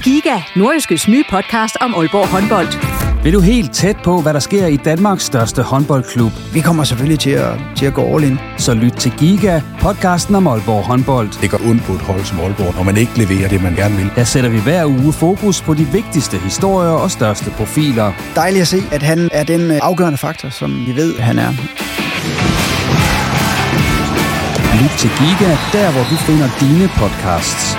Giga, Nordjyskes nye podcast om Aalborg håndbold. Vil du helt tæt på, hvad der sker i Danmarks største håndboldklub? Vi kommer selvfølgelig til at gå all in. Så lyt til Giga, podcasten om Aalborg håndbold. Det går ondt på et hold som Aalborg, når man ikke leverer det, man gerne vil. Der sætter vi hver uge fokus på de vigtigste historier og største profiler. Dejligt at se, at han er den afgørende faktor, som vi ved, han er. Lyt til Giga, der hvor du finder dine podcasts.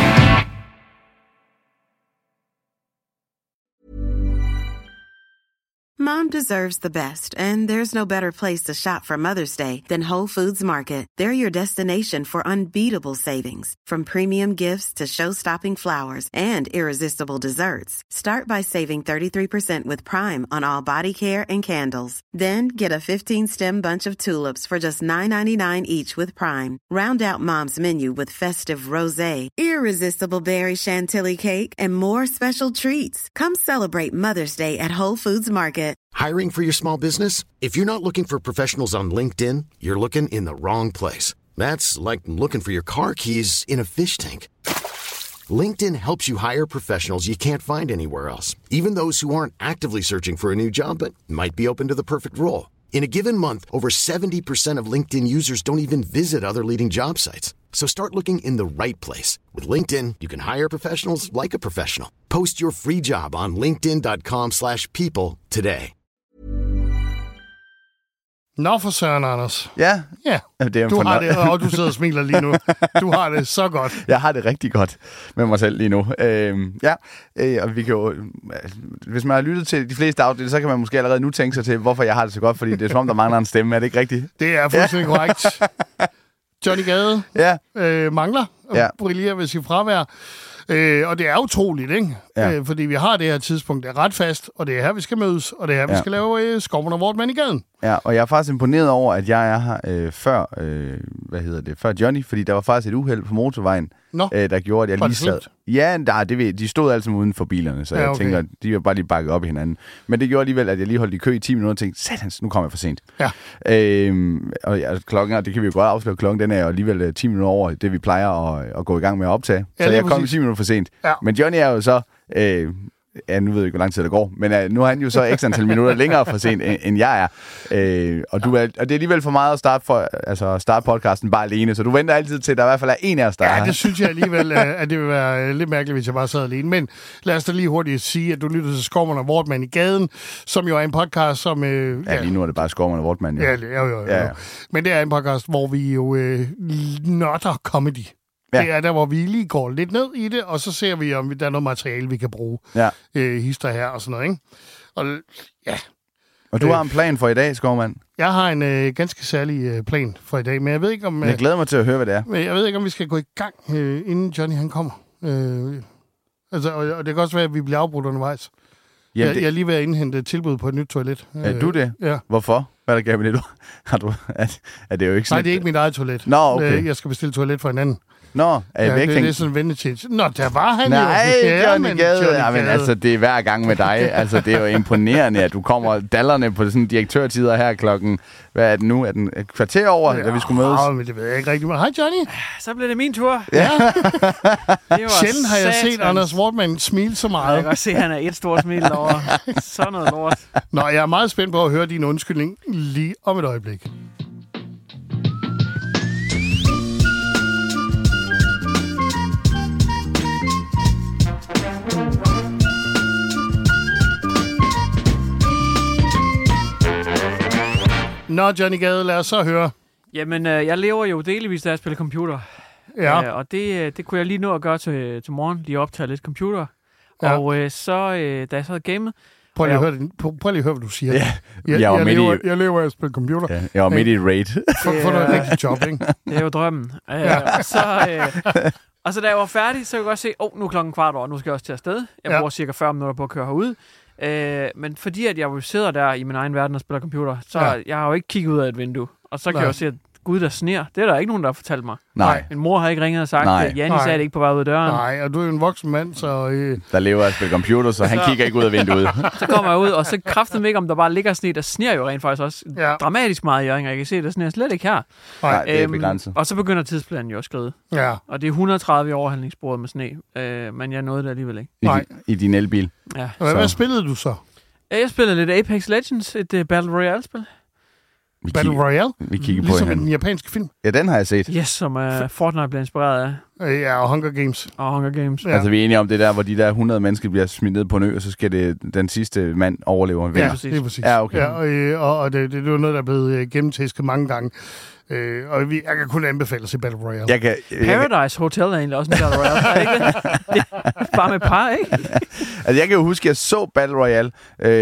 Mom deserves the best, and there's no better place to shop for Mother's Day than Whole Foods Market. They're your destination for unbeatable savings, from premium gifts to show-stopping flowers and irresistible desserts. Start by saving 33% with Prime on all body care and candles. Then get a 15-stem bunch of tulips for just $9.99 each with Prime. Round out Mom's menu with festive rosé, irresistible berry chantilly cake, and more special treats. Come celebrate Mother's Day at Whole Foods Market. Hiring for your small business? If you're not looking for professionals on LinkedIn, you're looking in the wrong place. That's like looking for your car keys in a fish tank. LinkedIn helps you hire professionals you can't find anywhere else, even those who aren't actively searching for a new job but might be open to the perfect role. In a given month, over 70% of LinkedIn users don't even visit other leading job sites. So start looking in the right place. With LinkedIn, you can hire professionals like a professional. Post your free job on linkedin.com/people today. Nå for søren, Anders. Ja. Det er du har det, og du sidder og smiler lige nu. Du har det så godt. Jeg har det rigtig godt med mig selv lige nu. Og vi kan jo, hvis man har lyttet til de fleste afdelinger, så kan man måske allerede nu tænke sig til, hvorfor jeg har det så godt, fordi det er som om, der mangler en stemme. Er det ikke rigtigt? Det er fuldstændig korrekt. Johnny Gade mangler og brillerer ved sit fravær. Og det er utroligt, ikke? Ja. Fordi vi har det her tidspunkt, det er ret fast, og det er her, vi skal mødes, og det er her, vi skal lave Skovman og Wortmann i gaden. Ja, og jeg er faktisk imponeret over, at jeg er her før Johnny, fordi der var faktisk et uheld på motorvejen, der gjorde, at jeg lige sad. Ja, de stod altså uden for bilerne, så jeg tænker, de var bare lige bakket op i hinanden. Men det gjorde alligevel, at jeg lige holdt i kø i 10 minutter og tænkte, satans, nu kommer jeg for sent. Ja. Klokken, og det kan vi jo godt afsløre, klokken den er jo alligevel 10 minutter over det, vi plejer at gå i gang med at optage. Så jeg kom 10 minutter for sent. Ja. Men Johnny er jo så... nu ved jeg ikke, hvor lang tid der går, men nu er han jo så ekstra antal minutter længere for sent, end jeg er. Og det er alligevel for meget at starte podcasten bare alene, så du venter altid til, at der i hvert fald er en af os, der er. Ja, det synes jeg alligevel, at det vil være lidt mærkeligt, hvis jeg bare sad alene. Men lad os da lige hurtigt sige, at du lytter til Skovman og Wortmann i gaden, som jo er en podcast, som... lige nu er det bare Skovman og Wortmann. Jo. Ja. Men det er en podcast, hvor vi jo nørder comedy. Ja. Det er der, hvor vi lige går lidt ned i det, og så ser vi, om der er noget materiale, vi kan bruge. Ja. Hister her og sådan noget, ikke? Og ja. Og du har en plan for i dag, Skovmand? Jeg har en ganske særlig plan for i dag, men jeg ved ikke om... Jeg glæder mig til at høre, hvad det er. Jeg ved ikke, om vi skal gå i gang, inden Johnny han kommer. Og det kan også være, at vi bliver afbrudt undervejs. Jeg er lige ved at indhente et tilbud på et nyt toilet. Er du det? Ja. Hvorfor? Hvad er der gav med det? Er det jo ikke sådan... Nej, det er ikke mit eget toilet. Nå, okay. Jeg skal bestille toilet for en anden. Nå, er jeg væk? Det er sådan en ventetjeneste. Nå, der var han Nej, Johnny Gade. Ja, men altså, det er hver gang med dig. Altså, det er jo imponerende, at du kommer dallerne på sådan diriktørtider her klokken... Hvad er det nu? Er den et kvarter over, da vi skulle mødes? Men det ved jeg ikke rigtigt. Men hej, Johnny. Så blev det min tur. Ja. Sjældent har jeg set Anders Wortmann smile så meget. Jeg kan godt se, at han er et stort smil over. Sådan noget lort. Nå, jeg er meget spændt på at høre din undskyldning lige om et øjeblik. Nå, Johnny Gade, lad os så høre. Jamen, jeg lever jo delvis, da jeg spiller computer. Ja. Og det kunne jeg lige nå at gøre til morgen, lige optage lidt computer. Ja. Og da jeg så havde gamet... Prøv lige at høre, hvad du siger. Ja. Jeg lever af at spille computer. Ja, jeg var midt i et raid. For noget rigtigt job, ikke? Det er jo drømmen. Og så da jeg var færdig, så kunne jeg godt se, nu er klokken 15:15, nu skal jeg også til afsted. Jeg bruger cirka 40 minutter på at køre herud. Men fordi at jeg jo sidder der i min egen verden og spiller computer, så jeg har jo ikke kigget ud af et vindue. Og så kan jeg jo se, at Gud, der sner. Det er der ikke nogen, der har fortalt mig. Nej. Min mor har ikke ringet og sagt, at Janni sagde det ikke på vej ud af døren. Nej, og du er jo en voksen mand, så... Der lever at spille computer, så han kigger ikke ud af vinduet. Så kommer jeg ud, og så kræfter ikke, om der bare ligger sne. Der sner jo rent faktisk også dramatisk meget i Hjørring. Jeg kan se, der sner slet ikke her. Nej, det er begrænset. Og så begynder tidsplanen jo at skride. Ja. Og det er 130 i overhandlingsbordet med sne. Men jeg nåede det alligevel ikke. I din elbil. Ja. Hvad spillede du så? Jeg spillede lidt Apex Legends, et Battle Royale-spil. Battle Royale? Vi kigger ligesom på den japanske film. Ja, den har jeg set. Yes, som Fortnite bliver inspireret af. Ja, og Hunger Games. Ja. Altså, vi er enige om det der, hvor de der 100 mennesker bliver smidt ned på en ø, og så skal den sidste mand overleve. Ja, det er præcis. Ja, okay. Ja, og det er jo noget, der er blevet gennemtæsket mange gange. Og jeg kan kun anbefale at se Battle Royale. Paradise Hotel er egentlig også en Battle Royale. Er det ikke det? Det er bare med par, ikke? Altså, jeg kan jo huske, at jeg så Battle Royale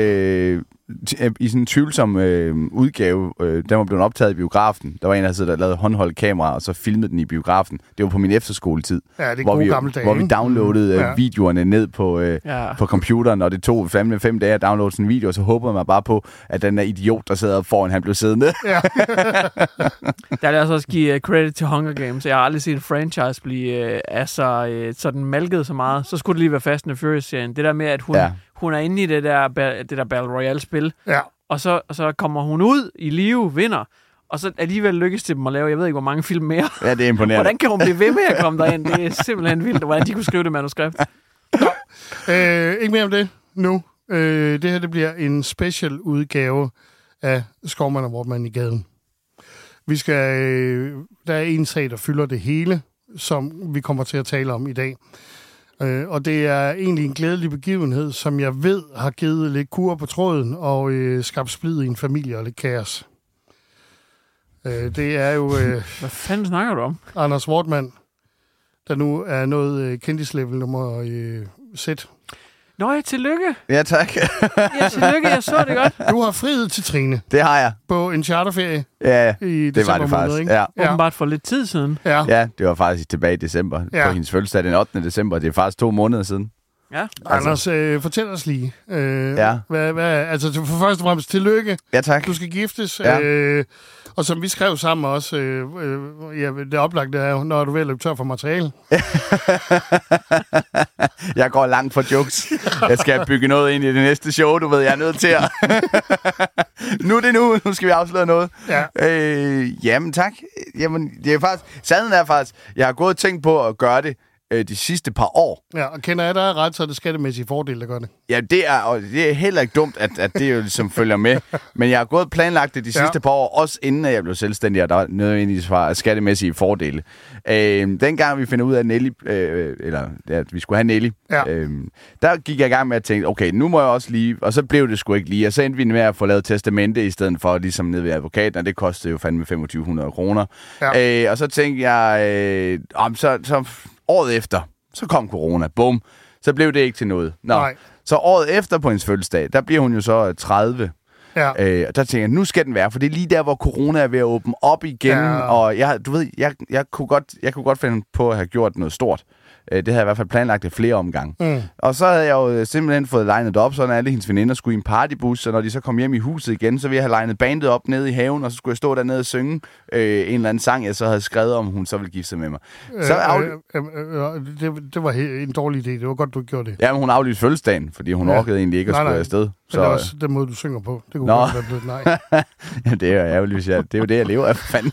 i sådan en tvivlsom udgave. Den var blevet optaget i biografen. Der var en, der lavede håndholdt kamera, og så filmede den i biografen. Det var på min efterskoletid. Ja, det er gode gamle dage. Hvor vi downloadede videoerne ned på computeren, og det tog 5 dage at downloade sådan en video, og så håbede man bare på, at den der idiot, der sidder foran, han blev siddende. Ja. Der vil jeg også give credit til Hunger Games. Jeg har aldrig set et franchise blive sådan malket så meget. Så skulle det lige være Fast and Furious-serien. Det der med, at hun er inde i det der Battle Royale-spil, og så kommer hun ud i live, vinder, og så alligevel lykkes det dem at lave, jeg ved ikke, hvor mange film mere. Ja, det er imponerende. Hvordan kan hun blive ved med at komme derind? Det er simpelthen vildt, hvordan de kunne skrive det manuskript. Ikke mere om det nu. Det her det bliver en special udgave af Skovmand og Wortmann i gaden. Der er en sag, der fylder det hele, som vi kommer til at tale om i dag. Og det er egentlig en glædelig begivenhed, som jeg ved har givet lidt kur på tråden og skabt splid i en familie og lidt kaos. Det er jo... Hvad fanden snakker du om? Anders Wortmann, der nu er nået kendislevel nummer Z. Nå ja, tillykke. Ja, tak. Ja, tillykke, jeg så det godt. Du har friet til Trine. Det har jeg. På en charterferie. Ja, i det var det faktisk. Måned, ikke? Ja. Åbenbart for lidt tid siden. Ja, det var faktisk tilbage i december. På hendes fødselsdag den 8. december. Det er faktisk 2 måneder siden. Ja. Anders, fortæl os lige. Altså, for først og fremmest tillykke. Ja, tak. Du skal giftes. Ja. Og som vi skrev sammen også, det oplagte er jo, når du vil løbe tør for materiale. Jeg går langt for jokes. Jeg skal bygge noget ind i det næste show, du ved, jeg er nødt til at... Nu skal vi afsløre noget. Ja. Jamen, tak. Jamen, det er faktisk... Sandheden er faktisk, jeg har gået og tænkt på at gøre det de sidste par år. Ja, og kender jeg dig ret, så er det skattemæssige fordel, der gør det. Ja, det er heller ikke dumt, at det jo ligesom følger med. Men jeg har gået og planlagt det de sidste par år, også inden jeg blev selvstændig, og der var nødvendigvis var skattemæssige fordele. Dengang vi finder ud af Nelly, at vi skulle have Nelly, der gik jeg i gang med at tænke, okay, nu må jeg også lige, og så blev det sgu ikke lige. Og så endte vi med at få lavet testamente i stedet for ligesom ned ved advokaten, og det kostede jo fandme 2.500 kroner. Ja. Og så tænkte jeg, så året efter, så kom corona. Bum. Så blev det ikke til noget. Så året efter på hendes fødselsdag, der bliver hun jo så 30. Ja. Og der tænker jeg, nu skal den være, for det er lige der, hvor corona er ved at åbne op igen. Ja. Og jeg kunne godt finde på at have gjort noget stort. Det havde jeg i hvert fald planlagt i flere omgange. Mm. Og så havde jeg jo simpelthen fået legnet op, så når alle hendes veninder skulle i en partybus, og når de så kom hjem i huset igen, så ville jeg have legnet bandet op nede i haven, og så skulle jeg stå dernede og synge en eller anden sang, jeg så havde skrevet om, hun så ville gifte sig med mig. Det var en dårlig idé. Det var godt, du gjorde det. Ja, men hun aflyste fødselsdagen, fordi hun orkede egentlig ikke at skulle afsted. Så... Men det er også den måde, du synger på. Det kunne godt være blevet nej. Ja, det er jo ærgerligt, det er jo det, jeg lever af, fanden.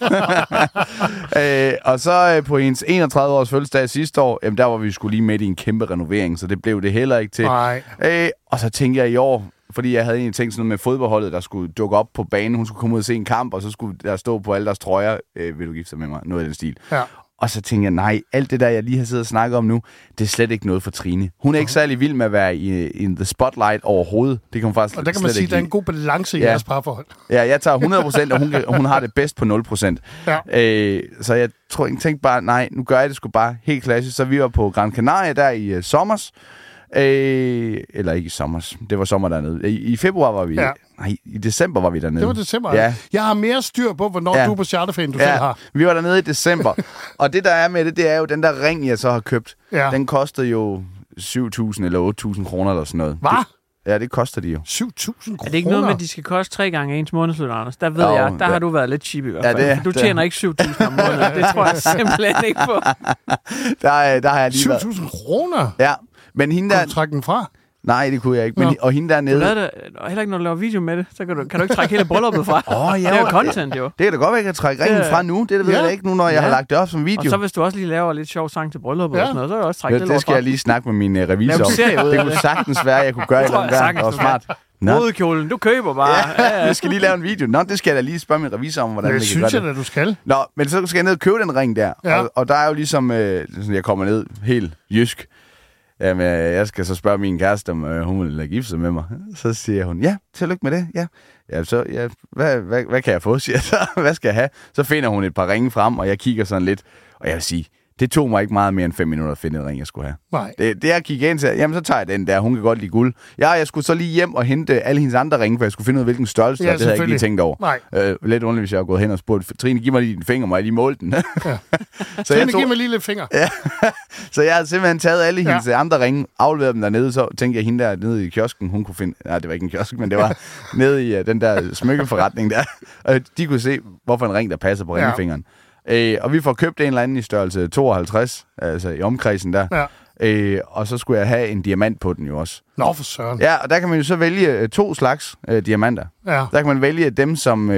Og så på hendes 31-års fødselsdag sidste år, jamen der var vi skulle lige midt i en kæmpe renovering, så det blev det heller ikke til. Og så tænkte jeg i år, fordi jeg havde egentlig tænkt sådan noget med fodboldholdet, der skulle dukke op på banen. Hun skulle komme ud og se en kamp, og så skulle der stå på alle deres trøjer, vil du gifte sig med mig? Noget af den stil. Ja. Og så tænkte jeg, nej, alt det der, jeg lige har siddet og snakket om nu, det er slet ikke noget for Trine. Hun er ikke særlig vild med at være i the spotlight overhovedet. Det kan hun faktisk og der kan man sige, at der er en god balance i jeres parforhold. Ja, jeg tager 100%, og hun har det bedst på 0%. Ja. Så jeg tænkte bare, nej, nu gør jeg det sgu bare helt klassisk. Så vi var på Gran Canaria der i sommers. Eller ikke i sommers. Det var sommer dernede. I februar var vi... Ja. Nej, i december var vi dernede. Det var december? Ja. Jeg har mere styr på, hvornår du er på charterferien, du selv har. Vi var dernede i december. Og det, der er med det er jo den der ring, jeg så har købt. Ja. Den kostede jo 7.000 eller 8.000 kroner eller sådan noget. Hvad? Ja, det koster de jo. 7.000 kroner? Er det ikke noget med, at de skal koste 3 gange ens månedsløn, Anders? Der ved jeg, der har du været lidt cheap i hvert fald. Du tjener ikke 7.000 om måneden. Det tror jeg simpelthen ikke på. Der har jeg lige 7.000 kroner? Ja, men hende der... Kunne du trække den fra? Nej, det kunne jeg ikke. Men, og hende dernede... Heller ikke, når du laver video med det, så kan du ikke trække hele brylluppet fra. Ja, det er jo content, jo. Det kan da godt være, at jeg kan trække ringen fra nu. Det ved jeg ikke nu, når jeg har lagt det op som video. Og så hvis du også lige laver lidt sjov sang til brylluppet og sådan noget, så kan du også trække det fra. Det skal jeg lige snakke med min revisor om. Det kunne sagtens være, at jeg kunne gøre et eller andet. Det var smart. Modekjolen, du køber bare. Ja, jeg skal lige lave en video. Nå, det skal jeg da lige spørge min revisor om, hvordan det kan gøre det. Det synes jeg da, du skal. Nå, men så skal jeg ned og købe den ring der. Ja. Og der er jo ligesom, jeg kommer ned helt jysk. Jamen, jeg skal så spørge min kæreste, om hun vil gifte sig med mig. Så siger hun, ja, tillykke med det. Ja, så, hvad kan jeg få, siger jeg så. Hvad skal jeg have? Så finder hun et par ringe frem, og jeg kigger sådan lidt. Og jeg vil sige, det tog mig ikke meget mere end 5 minutter at finde en ring, jeg skulle have. Nej. Det jeg kiggede ind til, jamen så tager jeg den der, hun kan godt lide guld. Ja, jeg skulle så lige hjem og hente alle hendes andre ringe, for jeg skulle finde ud af, hvilken størrelse, det havde jeg ikke lige tænkt over. Nej. Lidt underligt, hvis jeg havde gået hen og spurgt, Trine, giv mig lige din finger, må jeg lige måle den? Ja. Trine, giv mig lige lidt finger. Ja. Så jeg havde simpelthen taget alle hendes andre ringe, afleveret dem dernede, så tænkte jeg, hende der nede i kiosken, hun kunne finde... Nej, det var ikke en kiosk, men det var nede i den der smykkeforretning der. Og de kunne se, hvorfor en ring, der passer på ringefingeren. Og vi får købt en eller anden i størrelse 52, altså i omkredsen der. Ja. Og så skulle jeg have en diamant på den jo også. Nå, for søren. Ja, og der kan man jo så vælge 2 slags diamanter. Ja. Der kan man vælge dem, som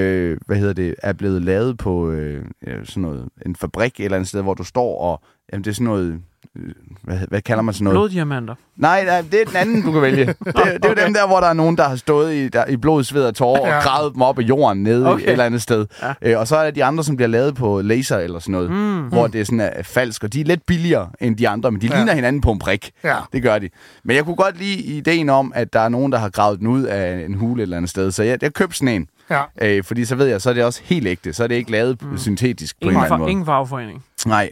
er blevet lavet på sådan noget, en fabrik et eller andet sted, hvor du står og... Jamen, det er sådan noget... Hvad kalder man sådan noget? Bloddiamanter. Nej, det er den anden, du kan vælge. Det er jo dem der, hvor der er nogen, der har stået i blod, sved og tårer og gravet dem op i jorden nede et eller andet sted. Ja. Og så er der de andre, som bliver lavet på laser eller sådan noget, hvor det er sådan falsk, og de er lidt billigere end de andre, men de ligner hinanden på en prik. Ja. Det gør de. Men jeg kunne godt lide ideen om, at der er nogen, der har gravet den ud af en hule et eller andet sted, så jeg købte sådan en. Ja. Fordi så ved jeg, så er det også helt ægte. Så er det ikke lavet syntetisk på en eller anden måde. Ingen farveforening. Nej.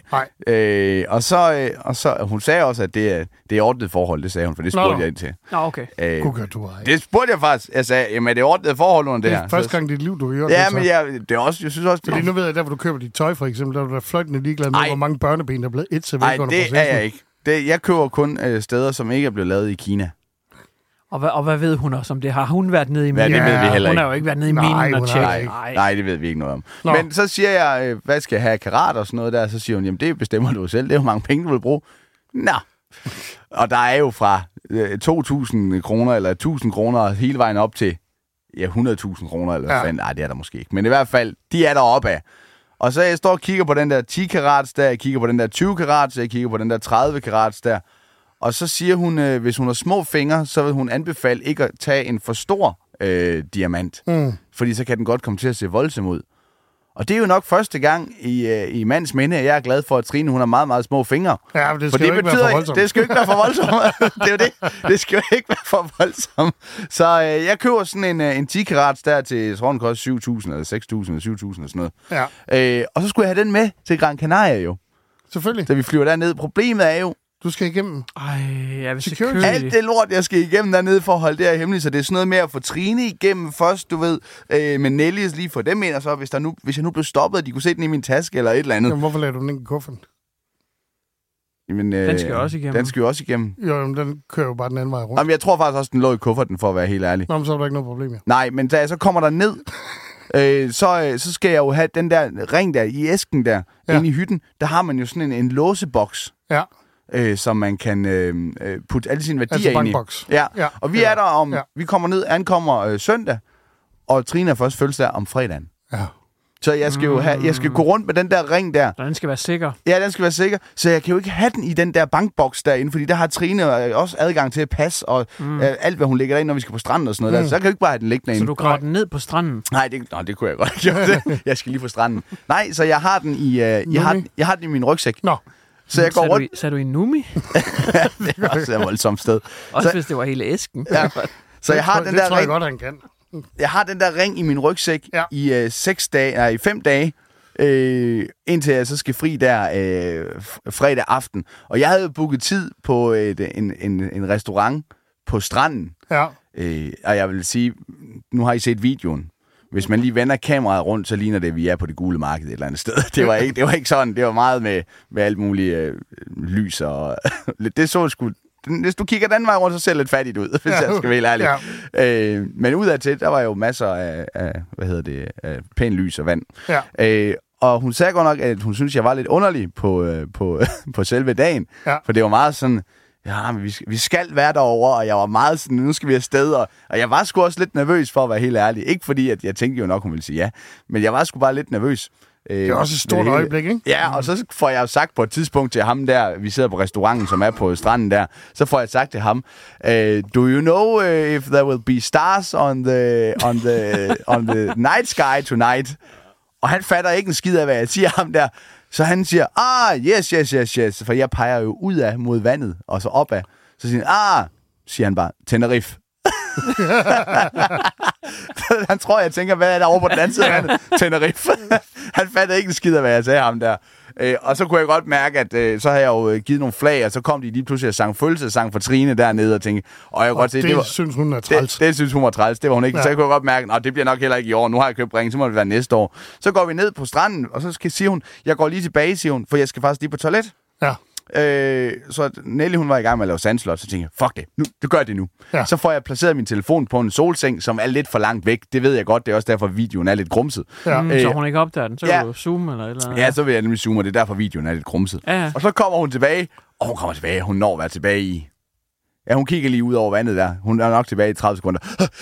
Og så hun sagde også, at det er ordnet forhold, det sagde hun, for det spurgte jeg ind til. Nå, okay. Det spurgte jeg faktisk. Jeg sagde, jamen er det ordnet forhold under det her? Det er første gang i dit liv, du hører det. Ja, men det er også, jeg synes også... Fordi nu ved jeg, der hvor du køber dit tøj, for eksempel, der er du fløjtende ligeglad med, hvor mange børneben, der er blevet et væk under processen. Nej, det er jeg ikke. Jeg køber kun steder, som ikke er blevet lavet i Kina. Og hvad ved hun også om det? Har hun været nede i minen? Ja, det ved vi heller ikke. Hun har jo ikke været nede i minen og tjekke. Nej, det ved vi ikke noget om. Nå. Men så siger jeg, hvad skal jeg have karat og sådan noget der? Så siger hun, jamen det bestemmer du selv. Det er jo mange penge, du vil bruge. Nå. Og der er jo fra 2.000 kroner eller 1.000 kroner hele vejen op til 100.000 kroner. Eller hvad fanden. Nej, det er der måske ikke. Men i hvert fald, de er deroppe af. Og så jeg står og kigger på den der 10 karats der, jeg kigger på den der 20 karats, jeg kigger på den der 30 karats der. Og så siger hun, hvis hun har små fingre, så vil hun anbefale ikke at tage en for stor diamant. Fordi så kan den godt komme til at se voldsom ud. Og det er jo nok første gang i mands minde, at jeg er glad for, at Trine hun har meget, meget små fingre. Ja, men det skal jo ikke være for voldsomt. Det skal jo ikke være for voldsomt. Det er jo det. Det skal jo ikke være for voldsomt. Så jeg køber sådan en 10 karats der til, jeg tror den koster 7.000 eller 6.000 eller 7.000 og sådan noget. Ja. Og så skulle jeg have den med til Gran Canaria jo. Selvfølgelig. Så vi flyver derned. Problemet er jo, du skal igennem. Alt det lort, jeg skal igennem dernede for at holde det her hemmeligt, så det er sådan noget med at få Trine igennem først, du ved, med Nellies lige få dem ind, og så hvis jeg nu blev stoppet, og de kunne se den i min taske eller et eller andet. Jamen, hvorfor lader du den ikke i kufferten? Jamen, den skal jo også igennem. Den skal jo også igennem. Jo, men den kører jo bare den anden vej rundt. Jamen, jeg tror faktisk også, den lå i kufferten, for at være helt ærlig. Nå, men så er der ikke noget problem, ja. Nej, men da jeg så kommer der ned, så skal jeg jo have den der ring der i æsken der, inde i hytten. Der har man jo sådan en låseboks. Ja. Som man kan putte alle sine værdier ind i. Ja. Og vi er der vi kommer ned, ankommer søndag, og Trine er først fødselsdag om fredagen. Ja. Så jeg skal jo jeg skal gå rundt med den der ring der. Den skal være sikker. Ja, den skal være sikker. Så jeg kan jo ikke have den i den der bankboks derinde, fordi der har Trine også adgang til at passe, og alt, hvad hun lægger derind, når vi skal på stranden og sådan noget der. Så jeg kan jo ikke bare have den liggende inde. Så du graver den ned på stranden? Nej, det kunne jeg godt gøre. Jeg skal lige på stranden. Nej, så jeg har den i, jeg har den i min rygsæk. Nå. Så jeg går rundt. Så er du i Numi? Det er også et voldsomt sted. Også hvis det var hele æsken. Ja. Så jeg har den der tror jeg godt, han kan. Jeg har den der ring i min rygsæk i 5 dage, indtil jeg så skal fri der fredag aften. Og jeg havde booket tid på en restaurant på stranden. Ja. Og jeg vil sige, nu har I set videoen. Hvis man lige vender kameraet rundt, så ligner det, at vi er på det gule marked et eller andet sted. Det var ikke sådan. Det var meget med alt muligt lys og... Det hvis du kigger den vej rundt, så ser det lidt fattigt ud, hvis jeg skal være helt ærlig. Ja. Men udadtil, der var jo masser af pæn lys og vand. Ja. Og hun sagde godt nok, at hun synes, jeg var lidt underlig på selve dagen. Ja. For det var meget sådan, ja, men vi skal være derovre, og jeg var meget sådan, nu skal vi afsted. Og jeg var sgu også lidt nervøs, for at være helt ærlig. Ikke fordi, at jeg tænkte jo nok, hun ville sige ja. Men jeg var sgu bare lidt nervøs. Det er også et stort øjeblik, ikke? Ja, og så får jeg jo sagt på et tidspunkt til ham der, vi sidder på restauranten, som er på stranden der, så får jeg sagt til ham, do you know if there will be stars on the night sky tonight? Og han fatter ikke en skid af, hvad jeg siger ham der. Så han siger, yes, for jeg peger jo ud af mod vandet, og så opad. Så siger han, siger han bare, Tenerife. Han tror, jeg tænker, hvad er der over på den anden side af vandet? Tenerife. Han fattede ikke en skid af, hvad jeg sagde ham der. Og så kunne jeg godt mærke, at så havde jeg jo givet nogle flag, og så kom de lige pludselig og sang fødselsdagssang for Trine dernede, og tænkte, jeg godt se, det synes hun er træls. Det synes hun var træls, det var hun ikke. Ja. Så jeg kunne godt mærke, det bliver nok heller ikke i år, nu har jeg købt ringen, så må det være næste år. Så går vi ned på stranden, og så siger hun, jeg går lige tilbage, siger hun, for jeg skal faktisk lige på toilet. Ja. Så Nelly, hun var i gang med at lave sandslot, så tænkte jeg, fuck det, du gør det nu. Ja. Så får jeg placeret min telefon på en solseng, som er lidt for langt væk. Det ved jeg godt, det er også derfor, videoen er lidt grumset. Ja. Så hun ikke opdager den, så kan du zoome eller et eller andet. Ja, så vil jeg nemlig zoome, og det er derfor, videoen er lidt grumset. Ja. Og så kommer hun tilbage, hun når at være tilbage i... Ja, hun kigger lige ud over vandet der. Hun er nok tilbage i 30 sekunder.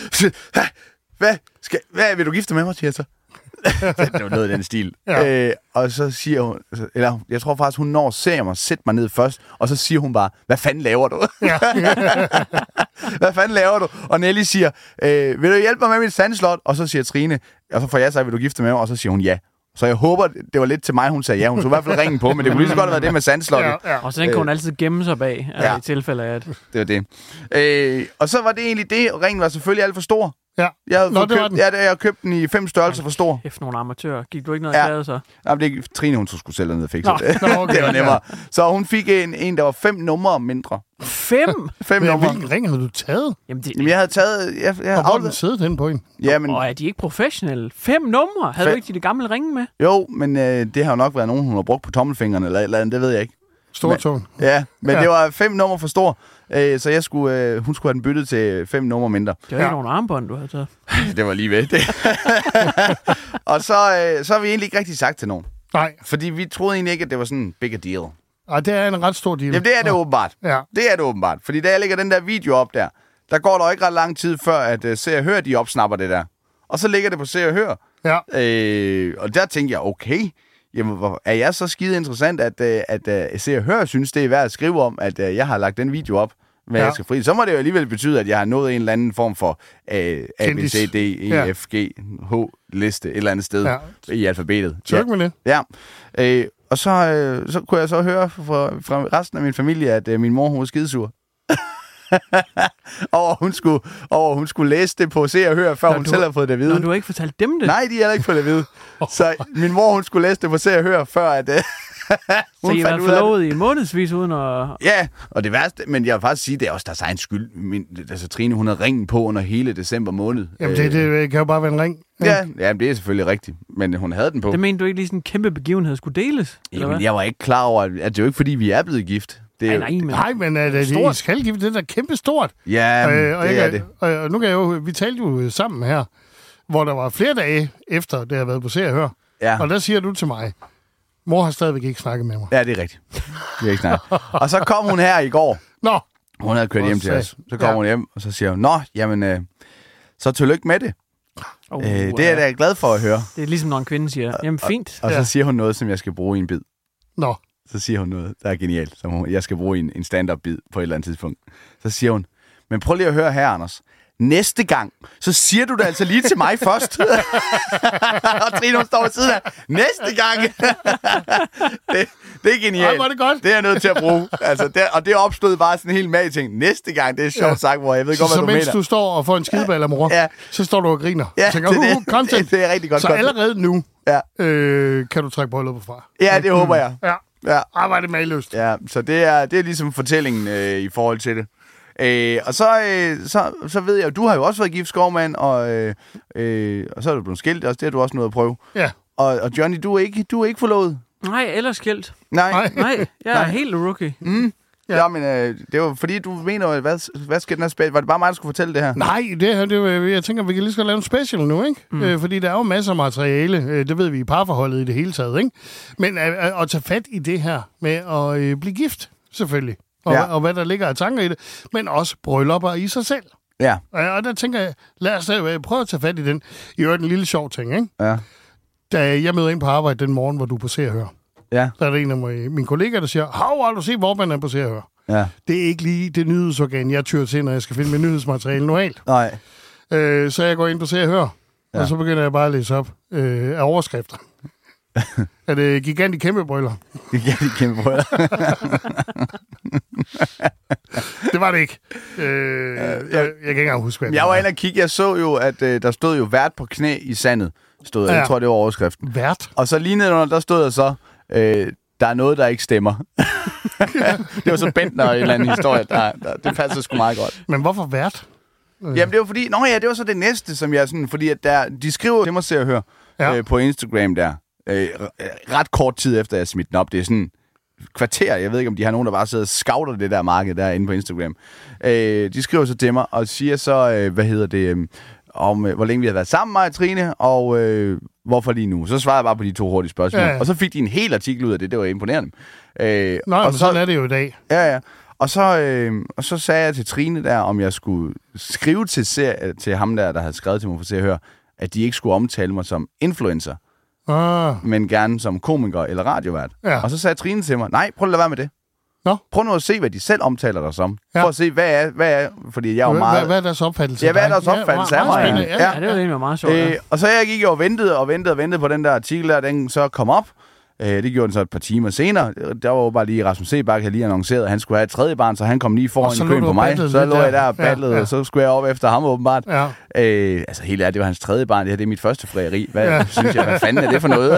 Hvad vil du gifte med mig, siger jeg så? Det var noget af den stil. Ja. Og så siger hun, eller jeg tror faktisk, hun når ser mig, sæt mig ned først, og så siger hun bare, hvad fanden laver du? Ja. Hvad fanden laver du? Og Nelly siger, vil du hjælpe mig med mit sandslot? Og så siger Trine, og så får jeg sagt, vil du gifte med mig? Og så siger hun ja. Så jeg håber, det var lidt til mig, hun sagde ja. Hun tog i hvert fald ringen på, men det kunne lige så godt have været det med sandslottet. Ja. Og så den kan hun altid gemme sig bag, i tilfælde af at... Det var det. Og så var det egentlig det, og ringen var selvfølgelig alt for stor. Ja. Jeg havde købt den i 5 størrelser for stor. Efter nogle amatører. Gik du ikke noget af så? Nej, det er Trine, hun skulle selv ned og fikse det. Okay. Det var nemmere. Så hun fik en, der var 5 numre mindre. 5? 5 numre. Hvilken ring havde du taget? Jamen, jeg havde taget... Jeg og hvor den siddet hen på en? Jamen, og er de ikke professionelle? 5 numre? Havde du ikke de gamle ringe med? Jo, men det har jo nok været nogen, hun har brugt på tommelfingrene eller andet, det ved jeg ikke. Stortåen. Ja, men det var 5 numre for stor, så hun skulle have den byttet til 5 numre mindre. Det var ikke nogle armbånd, du havde taget. Det var lige ved det. Og så har vi egentlig ikke rigtig sagt til nogen. Nej. Fordi vi troede egentlig ikke, at det var sådan en big deal. Ej, det er en ret stor deal. Jamen, det er det åbenbart. Ja. Det er det åbenbart. Fordi da jeg lægger den der video op der går der ikke ret lang tid før, at Se og Hør, de opsnapper det der. Og så ligger det på Se og Hør. Ja. Og der tænkte jeg, okay, jamen, er jeg så skide interessant, at Se og Hør synes, det er værd at skrive om, at jeg har lagt den video op, hvad jeg skal fri. Så må det jo alligevel betyde, at jeg har nået en eller anden form for A, B, C, D, E, F, G, H liste et eller andet sted i alfabetet. Tryk med det. Ja. Og så kunne jeg så høre fra resten af min familie, at min mor, hun var skidesur. og hun skulle læse det på Se og Hør, før hun selv har fået det at vide. Nå, du har ikke fortalt dem det? Nej, de har heller ikke fået det at vide. Så min mor, hun skulle læse det på Se og Hør, før at... så I har været forlovet i månedsvis uden at... Ja, og det værste, men jeg vil faktisk sige, det er også deres egen skyld. Trine, hun havde ringen på under hele december måned. Jamen, det kan jo bare være en ring. Ja, det er selvfølgelig rigtigt, men hun havde den på. Det mener du ikke lige sådan en kæmpe begivenhed skulle deles? Jamen, jeg var ikke klar over, at det er jo ikke, fordi vi er blevet gift. Nej, men det skal gift, det er kæmpe stort. Ja, det er det. Og nu kan vi talte jo sammen her, hvor der var flere dage efter, det har været på Se og Hør. Ja. Og der siger du til mig, mor har stadigvæk ikke snakket med mig. Ja, det er rigtigt. Vi har ikke snakket. Og så kom hun her i går. Nå. Hun havde kørt hjem til os. Så kom hun hjem, og så siger hun, nå, jamen, så tillykke med det. Det er jeg da glad for at høre. Det er ligesom, når en kvinde siger, jamen fint. Og så siger hun noget, som jeg skal bruge i en bid. Nå. Så siger hun noget, der er genialt, som jeg skal bruge i en stand-up-bid på et eller andet tidspunkt. Så siger hun, men prøv lige at høre her, Anders. Næste gang, så siger du det altså lige til mig først. Og Trine, hun står ved siden af. Næste gang. det er genialt. Var det godt? Det er jeg nødt til at bruge. Altså, og det opstod bare sådan en helt mag ting. Næste gang, det er sjovt sagt, hvor jeg ved godt, hvad du mener. Så mens du står og får en skideball af mor, så står du og griner. Ja, tænker, det er rigtig godt. Så allerede nu kan du trække brylluppet fra. Ja, det håber jeg. Ja. Var det mageløst. Ja, så det er ligesom fortællingen i forhold til det. Og så ved jeg, du har jo også været gift, Skovmand, og så er du blevet skilt, og det har du også noget at prøve. Ja. Og Johnny, du er ikke forlovet? Nej, eller skilt. Nej, jeg er helt rookie. Ja, men det var fordi, du mener, hvad skal den her special? Var det bare mig, der skulle fortælle det her? Nej, jeg tænker, vi kan lige så lave en special nu, ikke? Fordi der er jo masser af materiale, det ved vi i parforholdet i det hele taget, ikke? Men at tage fat i det her med at blive gift, selvfølgelig, og hvad der ligger af tanker i det, men også bryllupper i sig selv. Ja. Og der tænker jeg, lad os prøve at tage fat i den. I øvrigt en lille sjov ting, ikke? Ja. Da jeg møder ind på arbejde den morgen, hvor du er på Se og Hør, ja. der er der en af mine kollegaer, der siger, har du set, hvor man er på Se og Hør? Ja. Det er ikke lige det nyhedsorgan, jeg tyrer til, når jeg skal finde mit nyhedsmateriale normalt. Nej. Så jeg går ind på Se og Hør, og så begynder jeg bare at læse op af overskrifter. Er det gigantisk kæmpe brøller? Gigantisk kæmpe brøller. Det var det ikke. Jeg kan ikke engang huske, hvad jeg var inde og kigge. Jeg så jo, at der stod jo vært på knæ i sandet. Stod, jeg tror, det var overskriften. Vært? Og så lige nedenunder, der stod der så, der er noget, der ikke stemmer. Det var så Bentner og en eller anden historie. Det passer sgu meget godt. Men hvorfor vært? Jamen, det var fordi... det var så det næste, som jeg sådan... Fordi at de skriver, det må Se og Hør på Instagram der. Ret kort tid efter, jeg smidt den op. Det er sådan kvarter. Jeg ved ikke, om de har nogen, der bare sidder og scouter det der marked der inde på Instagram. De skriver så til mig og siger så, om hvor længe vi har været sammen, mig og Trine, og hvorfor lige nu. Så svarede jeg bare på de 2 hurtige spørgsmål. Ja. Og så fik de en hel artikel ud af det. Det var imponerende. Og så, sådan er det jo i dag. Ja. Og så sagde jeg til Trine der, om jeg skulle skrive til ham der havde skrevet til mig for Se og Hør, at de ikke skulle omtale mig som influencer, men gerne som komiker eller radiovært. Ja. Og så sagde Trine til mig, nej, prøv at lade være med det. Nå? Prøv nu at se, hvad de selv omtaler dig som. Ja. For at se, hvad er fordi jeg er jo meget... Hvad er deres opfattelse? Ja, hvad er deres opfattelse af mig? Ja, det var egentlig meget sjovt. Og så jeg gik og ventede på den der artikel der, den så kom op. Det gjorde den så et par timer senere. Der var jo bare lige Rasmus Sebak, havde lige annonceret, at han skulle have et 3. barn, så han kom lige foran i køen på mig. Så lå jeg der og battlede, og så skulle jeg op efter ham åbenbart. Ja. Helt ærligt, det var hans 3. barn. Det her, det er mit første frieri. Hvad fanden er det for noget?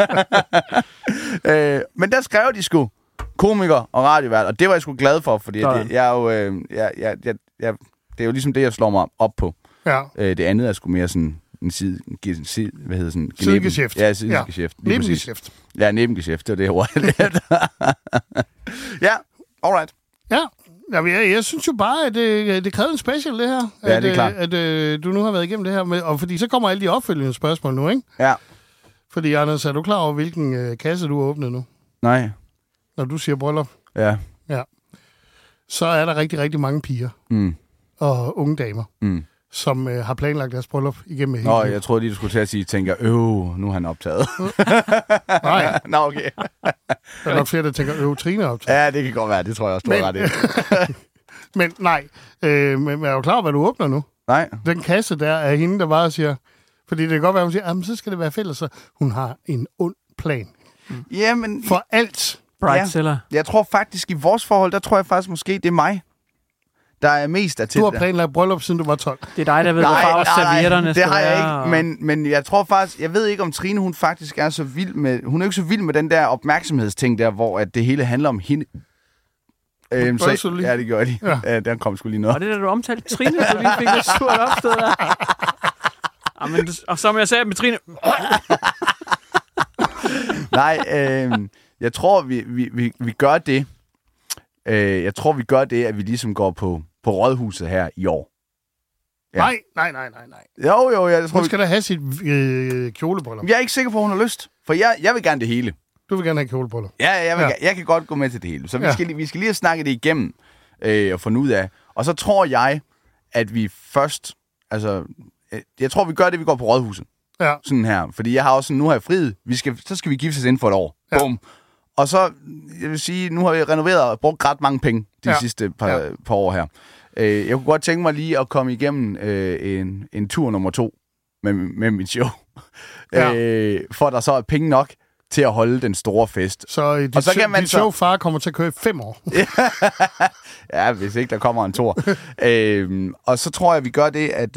Men der skrev de sgu komiker og radiovært, og det var jeg sgu glad for, fordi det er jo ligesom det, jeg slår mig op på. Ja. Det andet er sgu mere sådan en sidegeschæft. Ja, sidegeschæft. Ja. Nebengeschæft. Ja, nebengeschæft, det var det ord. Ja, alright. Ja, jeg synes jo bare, at det krævede en special, det her. Ja, det er klart. At du nu har været igennem det her. Og fordi så kommer alle de opfølgende spørgsmål nu, ikke? Ja. Fordi, Anders, er du klar over, hvilken kasse du har åbnet nu? Nej. Når du siger bryllup? Ja. Så er der rigtig, rigtig mange piger og unge damer, som har planlagt deres bryllup igennem hele jeg troede lige, du skulle til at sige, tænker, nu er han optaget. Nej. Nå, okay. Der er nok flere, der tænker, Trine er optaget. Ja, det kan godt være. Det tror jeg også, du har ret i. Men nej. Men er du klar over, hvad du åbner nu? Nej. Den kasse der er hende, der bare siger... Fordi det kan godt være, hun siger, så skal det være fælles, så hun har en ond plan. Jamen... For alt. Bridezilla. Jeg tror faktisk, i vores forhold, der tror jeg faktisk måske, det er mig, der er mest af til. Du har planlagt bryllup, siden du var 12. Det er dig, der ved, hvor farve servietterne det har jeg ikke. Men jeg tror faktisk, jeg ved ikke, om Trine, hun faktisk er så vild med... Hun er ikke så vild med den der opmærksomhedsting der, hvor at det hele handler om hende. Ja, det gjorde jeg lige. Ja. Der kom sgu lige noget. Og det der, du omtalte Trine, du lige fik et surt opsted der. Og som jeg sagde med Trine... Nej, jeg tror, vi gør det. Jeg tror, vi gør det, at vi ligesom går på rådhuset her i år. Ja. Nej. Jo, jeg tror... Hun skal da have sit kjolebryllup. Jeg er ikke sikker på, at hun har lyst. For jeg vil gerne det hele. Du vil gerne have kjolebryllup? Ja, jeg kan godt gå med til det hele. Så vi skal lige have snakket det igennem og fundet ud af. Og så tror jeg, at vi først... Altså, jeg tror, vi gør det, vi går på rådhuset. Ja. Sådan her. Fordi jeg har også sådan, nu har jeg friet. Så skal vi gifte os inden for et år. Ja. Bum. Og så, jeg vil sige, nu har vi renoveret og brugt ret mange penge de sidste par år her. Jeg kunne godt tænke mig lige at komme igennem en tur nummer 2 med mit show. For der så er penge nok til at holde den store fest. Så dit show far kommer til at køre i 5 år. Ja, hvis ikke der kommer en tor. Og så tror jeg, vi gør det, at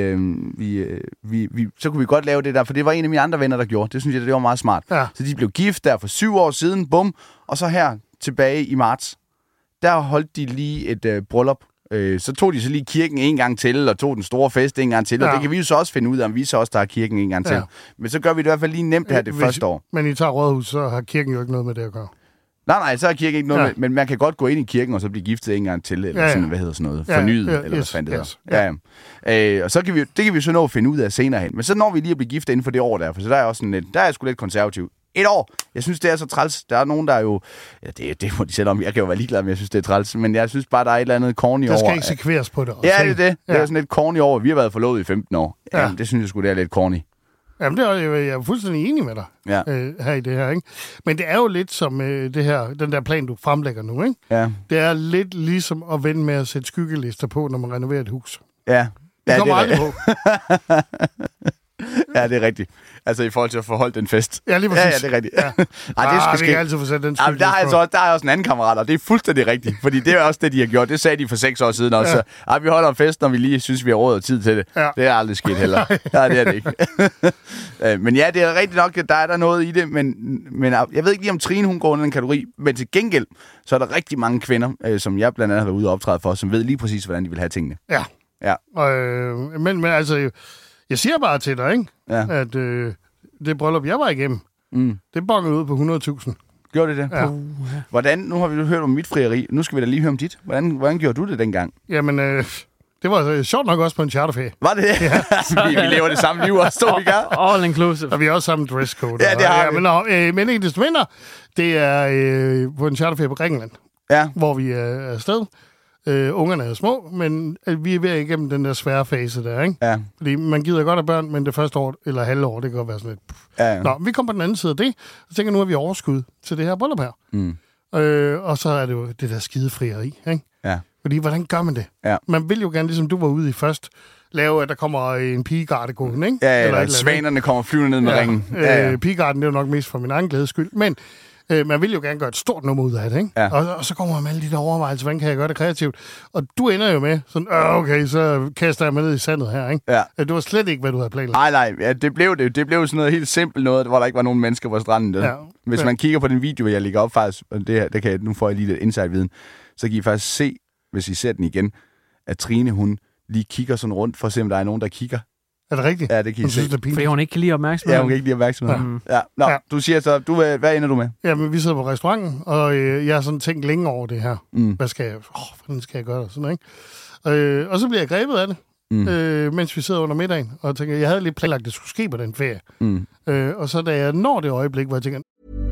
så kunne vi godt lave det der, for det var en af mine andre venner, der gjorde. Det synes jeg, det var meget smart. Ja. Så de blev gift der for 7 år siden, bum. Og så her tilbage i marts, der holdt de lige et bryllup. Så tog de så lige kirken en gang til, og tog den store fest en gang til. Og det kan vi jo så også finde ud af, om vi så også tager kirken en gang til. Men så gør vi det i hvert fald lige nemt her det første år. Men I tager rådhus, så har kirken jo ikke noget med det at gøre. Nej, så er kirke ikke noget, men man kan godt gå ind i kirken og så blive giftet en gang til, eller sådan, hvad hedder sådan noget, fornyet, eller hvad fanden det hedder. Og så kan det kan vi så nå at finde ud af senere hen. Men så når vi lige at blive gift inden for det år der, for så der er også sådan lidt, der er jeg sgu lidt konservativ. 1 år. Jeg synes, det er så træls. Der er nogen, der er jo... Ja, det må de selv om. Jeg kan jo være ligeglad med, jeg synes, det er træls. Men jeg synes bare, der er et eller andet corny over... Der skal ikke sekveres på det også. Ja, det er det. Det er sådan lidt corny over. Vi har været forlovet i 15 år. Ja. Jamen, det synes jeg sgu, det er lidt corny. Jamen, det er jeg er fuldstændig enig med dig her i det her, ikke? Men det er jo lidt som det her, den der plan, du fremlægger nu, ikke? Ja. Det er lidt ligesom at vende med at sætte skyggelister på, når man renoverer et hus. Ja. Det kommer aldrig på. Ja, det er rigtigt. Altså i forhold til at forholde den fest. Ja, lige præcis. Ja, det er rigtigt. Ja. Vi kan altid få sat den skyld. Der er også en anden kammerat, og det er fuldstændig rigtigt. Fordi det er også det, de har gjort. Det sagde de for 6 år siden også. Ja. Vi holder en fest, når vi lige synes, vi har råd og tid til det. Ja. Det er aldrig sket heller. Ja, det er det ikke. Men ja, det er rigtigt nok, at der er der noget i det. Men jeg ved ikke lige, om Trine hun går under den kategori. Men til gengæld, så er der rigtig mange kvinder, som jeg blandt andet har været ude og optræde for, som ved lige præcis, hvordan de vil have tingene. Ja. Men altså... Jeg siger bare til dig, ikke? Ja. At det bryllup, jeg var igennem, det bongede ud på 100.000. Gjorde det? Ja. Hvordan? Nu har vi hørt om mit frieri. Nu skal vi da lige høre om dit. Hvordan gjorde du det dengang? Jamen, det var sjovt nok også på en charterferie. Var det? Ja. vi lever det samme liv og står i gang. All inclusive. Og vi har også samme dresscode. Ja, det har vi. Men ikke desto mindre, det er på en charterferie på Grækenland, hvor vi er afsted. Ungerne er små, men vi er ved igennem den der svære fase der, ikke? Ja. Fordi man gider godt af børn, men det første år, eller halve år, det kan godt være sådan lidt... Ja. Nå, vi kommer på den anden side af det, og tænker, nu har vi overskud til det her bryllup her. Og så er det jo det der skide frieri, ikke? Ja. Fordi, hvordan gør man det? Ja. Man vil jo gerne, ligesom du var ude i først, lave, at der kommer en pigegarde gående, ikke? Ja, eller svanerne kommer flyvende ned med ringen. Pigegarden, det er jo nok mest for min egen glædes skyld, men... Man vil jo gerne gøre et stort nummer ud af det, ikke? Ja. Og så kommer man med alle de der overvejelser, hvordan kan jeg gøre det kreativt? Og du ender jo med sådan, okay, så kaster jeg mig ned i sandet her, ikke? Ja. Det var slet ikke, hvad du havde planlagt. Nej, ja, det blev sådan noget helt simpelt noget, hvor der ikke var nogen mennesker på stranden. Ja. Hvis man kigger på den video, jeg lægger op faktisk, og nu får jeg lige lidt insight-viden, så kan I faktisk se, hvis I ser den igen, at Trine, hun lige kigger sådan rundt, for at se, om der er nogen, der kigger. Er det rigtigt? Ja, det kan I se. Fordi hun ikke kan lide opmærksomhed. Ja, hun kan ikke lide opmærksomhed. Ja. Nå, du siger så, hvad ender du med? Jamen, vi sidder på restauranten, og jeg har sådan tænkt længe over det her. Hvad skal jeg... hvordan skal jeg gøre det? Sådan, ikke? Og så bliver jeg grebet af det, mens vi sidder under middagen, og tænker, jeg havde lidt planlagt, at det skulle ske på den ferie. Og så da jeg når det øjeblik, hvor jeg tænker...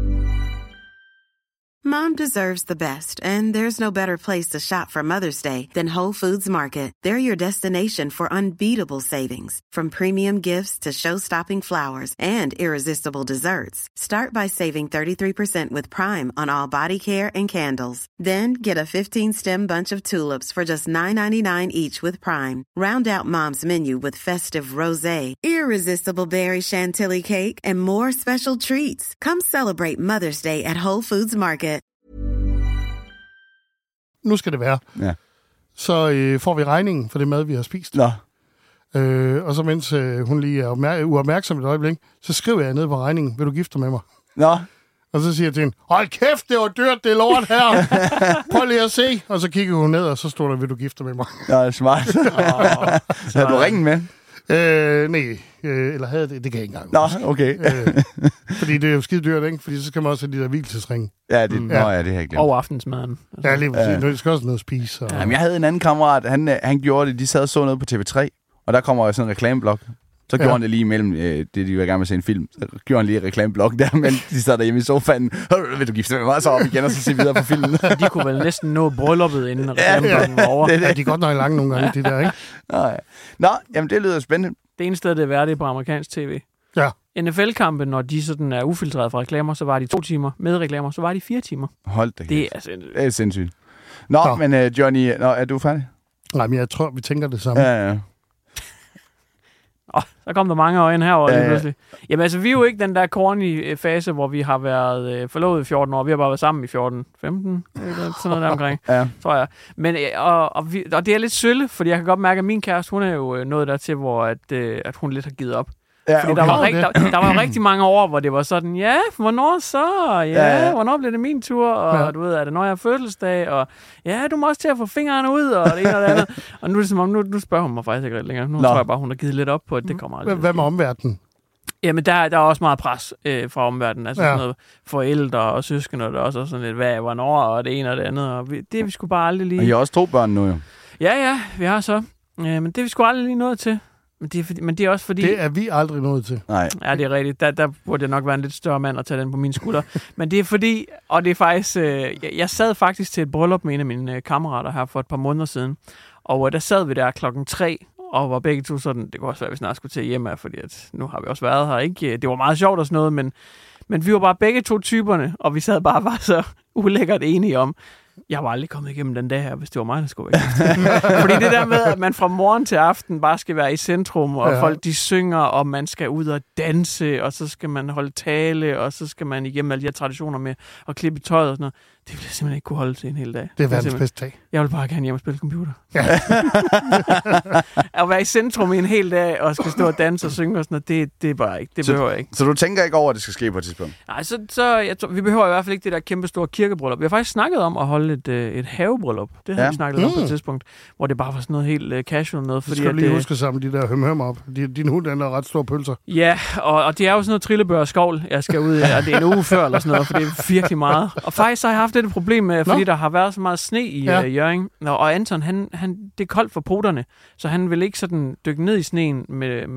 Mom deserves the best, and there's no better place to shop for Mother's Day than Whole Foods Market. They're your destination for unbeatable savings, from premium gifts to show-stopping flowers and irresistible desserts. Start by saving 33% with Prime on all body care and candles. Then get a 15-stem bunch of tulips for just $9.99 each with Prime. Round out Mom's menu with festive rosé, irresistible berry chantilly cake, and more special treats. Come celebrate Mother's Day at Whole Foods Market. Nu skal det være. Ja. Så får vi regningen for det mad, vi har spist. Nå. Og så mens hun lige er uopmærksom et øjeblik, så skriver jeg ned på regningen, vil du gifte med mig? Nå. Og så siger jeg til hende, hold kæft, det var dyrt, det er lort her. Prøv lige at se. Og så kigger hun ned, og så står der, vil du gifte med mig? Nå, smart. Havde du ringen med? Nej, eller havde det kan jeg ikke engang. Nå, okay. Fordi det er jo skide dyrt, ikke? Fordi så skal man også have de der hvilesesringe. Ja, det har jeg glemt. Og aftensmaden. Altså. Ja, lige præcis. Det skal også noget at spise. Og... Jamen, jeg havde en anden kammerat, han gjorde det, de sad og så noget på TV3, og der kommer sådan en reklameblok. Så gjorde han det lige imellem, det de var gerne med at se en film, så gjorde han lige en reklameblok der, men de sad derhjemme i sofaen, vil du gifte med mig, så op igen, og så se videre på filmen. De kunne vel næsten nå brylluppet, inden reklameblokken var over. Det. Ja, de er godt nok lange nogle gange, de der, ikke? Nå, jamen det lyder spændende. Det eneste sted, det er værdigt på amerikansk tv. Ja. NFL-kampen, når de sådan er ufiltreret fra reklamer, så var de 2 timer. Med reklamer, så var de 4 timer. Hold da. Det er sindssygt. Det er sindssygt. Nå. Men Johnny, er du færdig? Nej, men jeg tror, vi tænker det samme. Ja. Så kom der mange øjne herovre lige pludselig. Jamen altså, vi er jo ikke den der corny fase, hvor vi har været forlovet i 14 år. Vi har bare været sammen i 14, 15, sådan noget der omkring, tror jeg. Men, og det er lidt sølle, fordi jeg kan godt mærke, at min kæreste, hun er jo nået der til, hvor at hun lidt har givet op. Ja, okay. Der var jo rigtig mange år, hvor det var sådan, ja, hvornår så? Ja, hvornår bliver det min tur? Og du ved, er det når jeg har fødselsdag? Og ja, du må også til at få fingrene ud, og det ene og det andet. Og nu er det som om, nu spørger hun mig faktisk ikke rigtig længere. Nu tror jeg bare, hun har givet lidt op på, at det kommer aldrig. Hvad med omverdenen? Jamen, der er også meget pres fra omverdenen. Altså sådan noget forældre og søskende, og der er også sådan lidt, hvornår, og det ene og det andet. Og det er vi sgu bare aldrig lige... Og I har også 2 børn nu, jo. Ja, vi har så. Men det er vi sgu aldrig lige nået til. Men det er også fordi... Det er vi aldrig nået til. Nej. Ja, det er rigtigt. Der burde jeg nok være en lidt større mand og tage den på mine skuldre. Men det er fordi... Og det er faktisk... Jeg sad faktisk til et bryllup med en af mine kammerater her for et par måneder siden. Og der sad vi der 3:00, og var begge to sådan... Det kunne også være, at vi snart skulle til hjem af, fordi at nu har vi også været her, ikke? Det var meget sjovt og sådan noget, men vi var bare begge to typerne, og vi sad bare så ulækkert enige om... Jeg var aldrig kommet igennem den dag her, hvis det var mig, der skulle være. Fordi det der med, at man fra morgen til aften bare skal være i centrum, og folk de synger, og man skal ud og danse, og så skal man holde tale, og så skal man igennem alle de her traditioner med at klippe tøjet og sådan noget. Det ville jeg simpelthen ikke kunne holde til en hel dag. Det er verdens bedste dag. Jeg vil bare gerne hjem og spille computer. Ja. At være i centrum i en hel dag, og skal stå og danse og synge og sådan noget, det er bare ikke. Det behøver jeg ikke. Så du tænker ikke over, at det skal ske på et tidspunkt? Nej, vi behøver i hvert fald ikke det der kæmpe store kirkebryllup. Vi har faktisk snakket om at holde et havebryllup. Det har vi snakket om på et tidspunkt, hvor det bare var sådan noget helt casual noget. Fordi skal du lige huske sammen de der hømhømmer op. Din hund er ret store pølser. Ja, og det er jo sådan noget trillebør og skovl, jeg skal ud i. Og det er en uge før eller sådan noget, for det er virkelig meget. Og faktisk så har jeg haft det problem med, fordi der har været så meget sne i Hjørring. Og Anton, han, det er koldt for poterne, så han vil ikke sådan dykke ned i sneen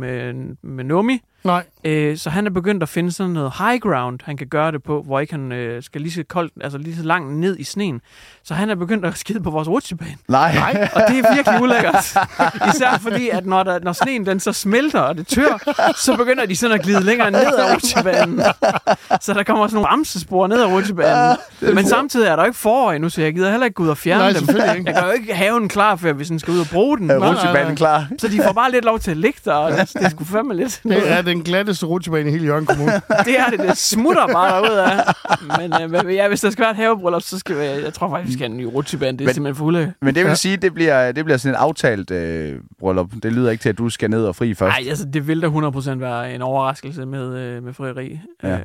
med nummi. Nej. Så han er begyndt at finde sådan noget high ground, han kan gøre det på, hvor ikke han skal lige så koldt, altså lige så langt ned i sneen. Så han er begyndt at skide på vores rutsjebane. Nej. Og det er virkelig ulækkert. Især fordi, at når sneen den så smelter, og det tør, så begynder de sådan at glide længere ned ad rutsjebanen. Så der kommer sådan nogle bremsespor ned ad rutsjebanen. Men samtidig er der ikke forår endnu, så jeg gider heller ikke gå ud og fjerne dem. Jeg kan jo ikke have den klar, før vi sådan skal ud og bruge den. Rutsjebanen klar. Så de får bare lidt lov til at ligge der, og det er sgu fandme lidt. Det er den glatteste rutsjebane i hele Hjørring Kommune. Det smutter bare derudad. Men ja, hvis der skal være et havebryllup, så skal jeg tror faktisk, vi skal have en ny rutsjebane. Det er simpelthen for ulækkert. Men det vil sige, det bliver sådan et aftalt bryllup. Det lyder ikke til, at du skal ned og fri først. Nej, altså det vil da 100% være en overraskelse med frieri. Ja.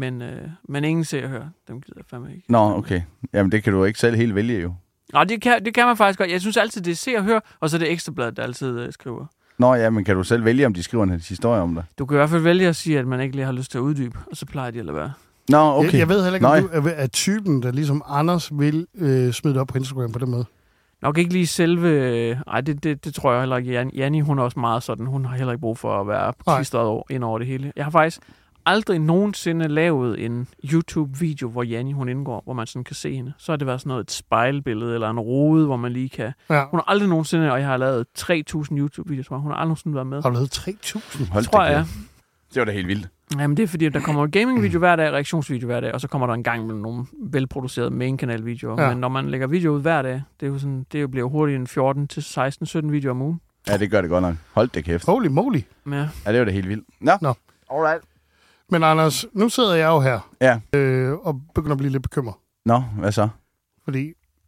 Men ingen ser og hører. Dem gider jeg fandme ikke. Nå, okay. Jamen det kan du ikke selv helt vælge jo. Nej, det kan man faktisk godt. Jeg synes altid, det er se og høre, og så er det Ekstrabladet, der altid skriver. Nå ja, men kan du selv vælge, om de skriver en historie om dig? Du kan i hvert fald vælge at sige, at man ikke lige har lyst til at uddybe, og så plejer de at lade være. Nå, okay. Jeg ved heller ikke, om du er typen, der ligesom Anders vil smide op på Instagram på den måde. Nok ikke lige selve... Nej, det tror jeg heller ikke. Janni, hun er også meget sådan. Hun har heller ikke brug for at være klistret ind over det hele. Jeg har faktisk aldrig nogensinde lavet en YouTube-video, hvor Janni hun indgår, hvor man sådan kan se hende. Så har det været sådan noget et spejlbillede eller en rode, hvor man lige kan... Ja. Hun har aldrig nogensinde, og jeg har lavet 3.000 YouTube-videoer, tror jeg. Hun har aldrig nogensinde været med. Har du lavet 3.000? Hold tror jeg. Det var da helt vildt. Jamen det er fordi, der kommer gaming-video hver dag, reaktionsvideo hver dag, og så kommer der en gang med nogle velproducerede main-kanal-videoer. Ja. Men når man lægger video ud hver dag, det bliver hurtigt en 14 til 16-17 videoer om ugen. Ja, det gør det godt nok. Hold det kæft. Holy moly. Ja, det var da helt vildt. Nå. Alright. Men Anders, nu sidder jeg jo her, ja. Og begynder at blive lidt bekymret. Nå, hvad så? Fordi,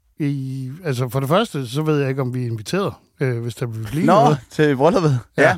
altså for det første, så ved jeg ikke, om vi er inviteret, hvis der vil blive noget. Til brylluppet? Ja.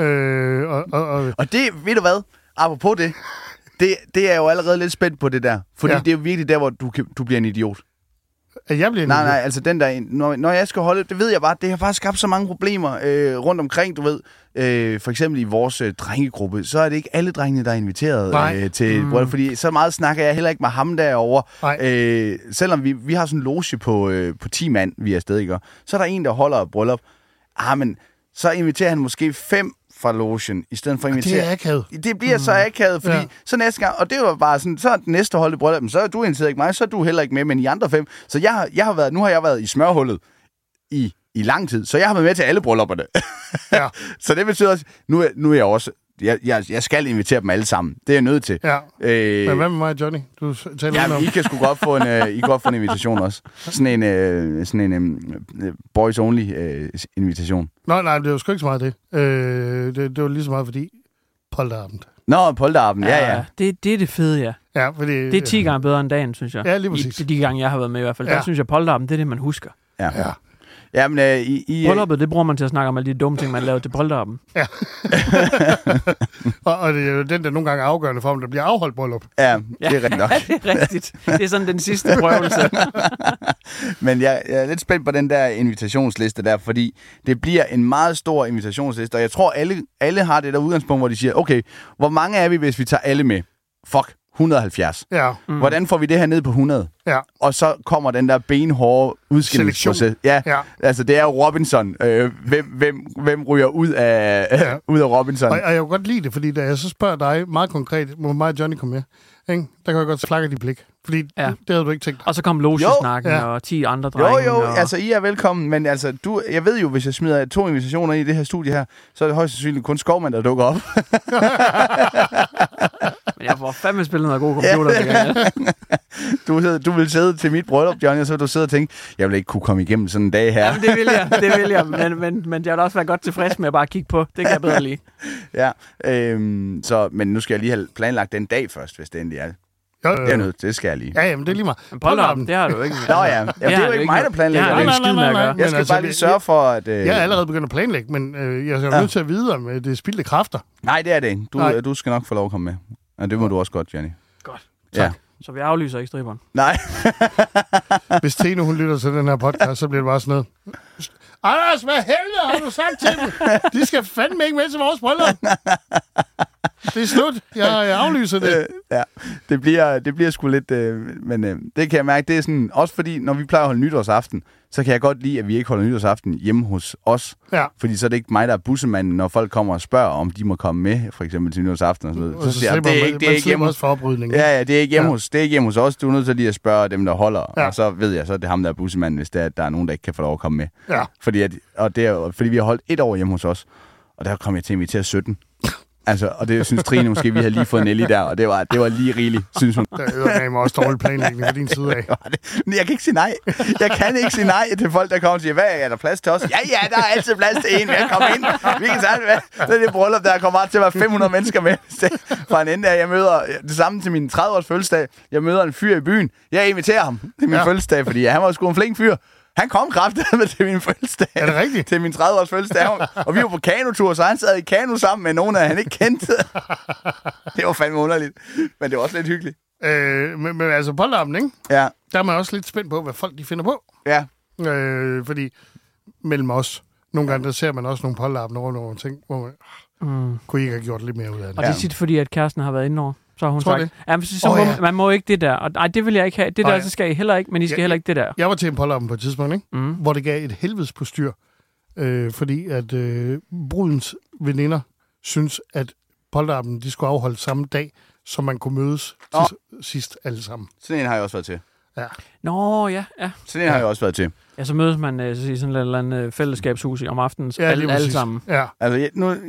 Og det, ved du hvad? Apropos det er jo allerede lidt spændt på det der. Fordi det er jo virkelig der, hvor du bliver en idiot. At jeg bliver en idiot? Nej, altså den der, når jeg skal holde, det ved jeg bare, det har faktisk skabt så mange problemer rundt omkring, du ved. For eksempel i vores drengegruppe, så er det ikke alle drengene, der er inviteret til bryllup, fordi så meget snakker jeg heller ikke med ham derovre. Selvom vi har sådan en loge på 10 mand, vi er afsted, ikke? Så er der en, der holder bryllup. Men så inviterer han måske 5 fra logen, i stedet for at invitere. Det er akavet. Det bliver så akavet, fordi så næste gang, og det var bare sådan, så er den næste hold i bryllup, så er du inviteret ikke mig, så er du heller ikke med, men i andre 5. Så nu har jeg været i smørhullet i lang tid, så jeg har været med til alle bryllupperne. Ja. Så det betyder også, nu er jeg også, jeg skal invitere dem alle sammen. Det er jeg nødt til. Ja. Men hvad med mig, Johnny? Du taler I kan sgu godt få en invitation også. Sådan en boys only invitation. Nej, det var sgu ikke så meget det. Det var lige så meget fordi polterabend. Nå, polterabend, ja. Det er det fede, ja. Ja, fordi, det er 10 gange bedre end dagen, synes jeg. Ja, lige præcis. De gange, jeg har været med i hvert fald. Der synes jeg, polterabend, det er det, man husker. Ja. Jamen, brylluppet, det bruger man til at snakke om alle de dumme ting, man laver til polterappen. Ja. og det er jo den, der nogle gange er afgørende for, om der bliver afholdt bryllup. Ja, det er rigtigt nok. det er rigtigt. Det er sådan den sidste prøvelse. Men jeg er lidt spændt på den der invitationsliste der, fordi det bliver en meget stor invitationsliste, og jeg tror, alle har det der udgangspunkt, hvor de siger, okay, hvor mange er vi, hvis vi tager alle med? Fuck. 170. Ja. Hvordan får vi det her ned på 100? Ja. Og så kommer den der benhårde udskillningsproces. Ja, altså det er jo Robinson. Hvem ryger ud af Robinson? Og jeg kan godt lide det, fordi da jeg så spørger dig meget konkret, må mig og Johnny komme med, ikke? Der kan jeg godt flakke dit blik. Fordi det havde du ikke tænkt. Og så kom logesnakken og 10 andre drenge. Jo, altså I er velkommen, men altså jeg ved jo, hvis jeg smider 2 invitationer i det her studie her, så er det højst sandsynligt kun Skovmand, der dukker op. Men jeg får fandme spillet noget god computer. Du vil sidde til mit bryllup, Johnny, og så vil du sidde og tænke, jeg vil ikke kunne komme igennem sådan en dag her. Jamen, det vil jeg. Men jeg vil også være godt tilfreds med at bare kigge på. Det kan jeg bedre lide. Ja, men nu skal jeg lige have planlagt den dag først, hvis det endelig er. Det er nødt, det skal jeg lige. Ja, jamen, det er lige meget. Men polterappen, det har du ikke. Nå ja, det er jo ikke mig, der planlægger det. Nej. Jeg skal bare lige sørge for, at... Jeg er allerede begyndt at planlægge, men jeg er nødt til at vide, om det er spildte kræfter. Nej, det er det ikke. Du skal nok få lov at komme med. Og det må du også godt, Jenny. Godt. Tak. Ja. Så vi aflyser ikke striberen. Nej. Hvis Tine, hun lytter til den her podcast, så bliver det bare sådan noget. Anders, hvad helvede har du sagt til dem? De skal fandme ikke med til vores bryllup. Det er slut. Jeg aflyser det. Ja, det bliver sgu lidt... men det kan jeg mærke, det er sådan... Også fordi, når vi plejer at holde nytårsaften, så kan jeg godt lide, at vi ikke holder nytårsaften hjemme hos os. Ja. Fordi så er det ikke mig, der er bussemanden, når folk kommer og spørger, om de må komme med, for eksempel til nytårsaften og sådan noget. Så siger jeg, det er ikke hjemme hos... Ja, det er ikke hjemme hos os. Du er nødt til lige at spørge dem, der holder. Ja. Og så ved jeg, så er det ham, der er bussemanden, hvis der er nogen, der ikke kan få lov at komme med. Ja. Fordi vi har holdt 1 år hjemme hos os, og der kom jeg til at invitere 17. Altså, og det synes Trine måske, vi havde lige fået Nelly der, og det var lige rigeligt, synes hun. Der er mig også dårlig planlægning fra din side af. Men jeg kan ikke sige nej. Jeg kan ikke sige nej til folk, der kommer og siger, hvad er der plads til os? Ja, der er altid plads til en. Velkommen ind. Vi kan tage det med. Det er det bryllup, der kommer til at være 500 mennesker med. Fra en ende af, jeg møder det samme til min 30-års fødselsdag. Jeg møder en fyr i byen. Jeg inviterer ham til min fødselsdag, fordi han var sgu en flink fyr. Han kom kraftigt til min fødselsdag. Er det rigtigt? Til min 30-års fødselsdag. Og vi var på kanotur, så han sad i kano sammen med nogen, han ikke kendte. Det var fandme underligt. Men det var også lidt hyggeligt. Men altså, polterappen, ikke? Ja. Der er man også lidt spændt på, hvad folk de finder på. Ja. Fordi mellem os, nogle gange, der ser man også nogle polterappen rundt over ting, hvor man kunne I ikke have gjort lidt mere ud af det. Og det er tit fordi, at kæresten har været inde over. Så har hun sagt, man må ikke det der. Og nej, det vil jeg ikke have. Det der, så skal I heller ikke, men I skal heller ikke det der. Jeg var til en polterappen på et tidspunkt, ikke? Hvor det gav et helvedes postyr. Fordi at brudens veninder synes, at polterappen, de skulle afholde samme dag, så man kunne mødes til sidst alle sammen. Sådan en har jeg også været til. Ja. Nå, ja. Sådan en har jeg også været til. Ja, så mødes man i sådan et eller andet fællesskabshus om aftenen, alle sammen. Ja. Altså,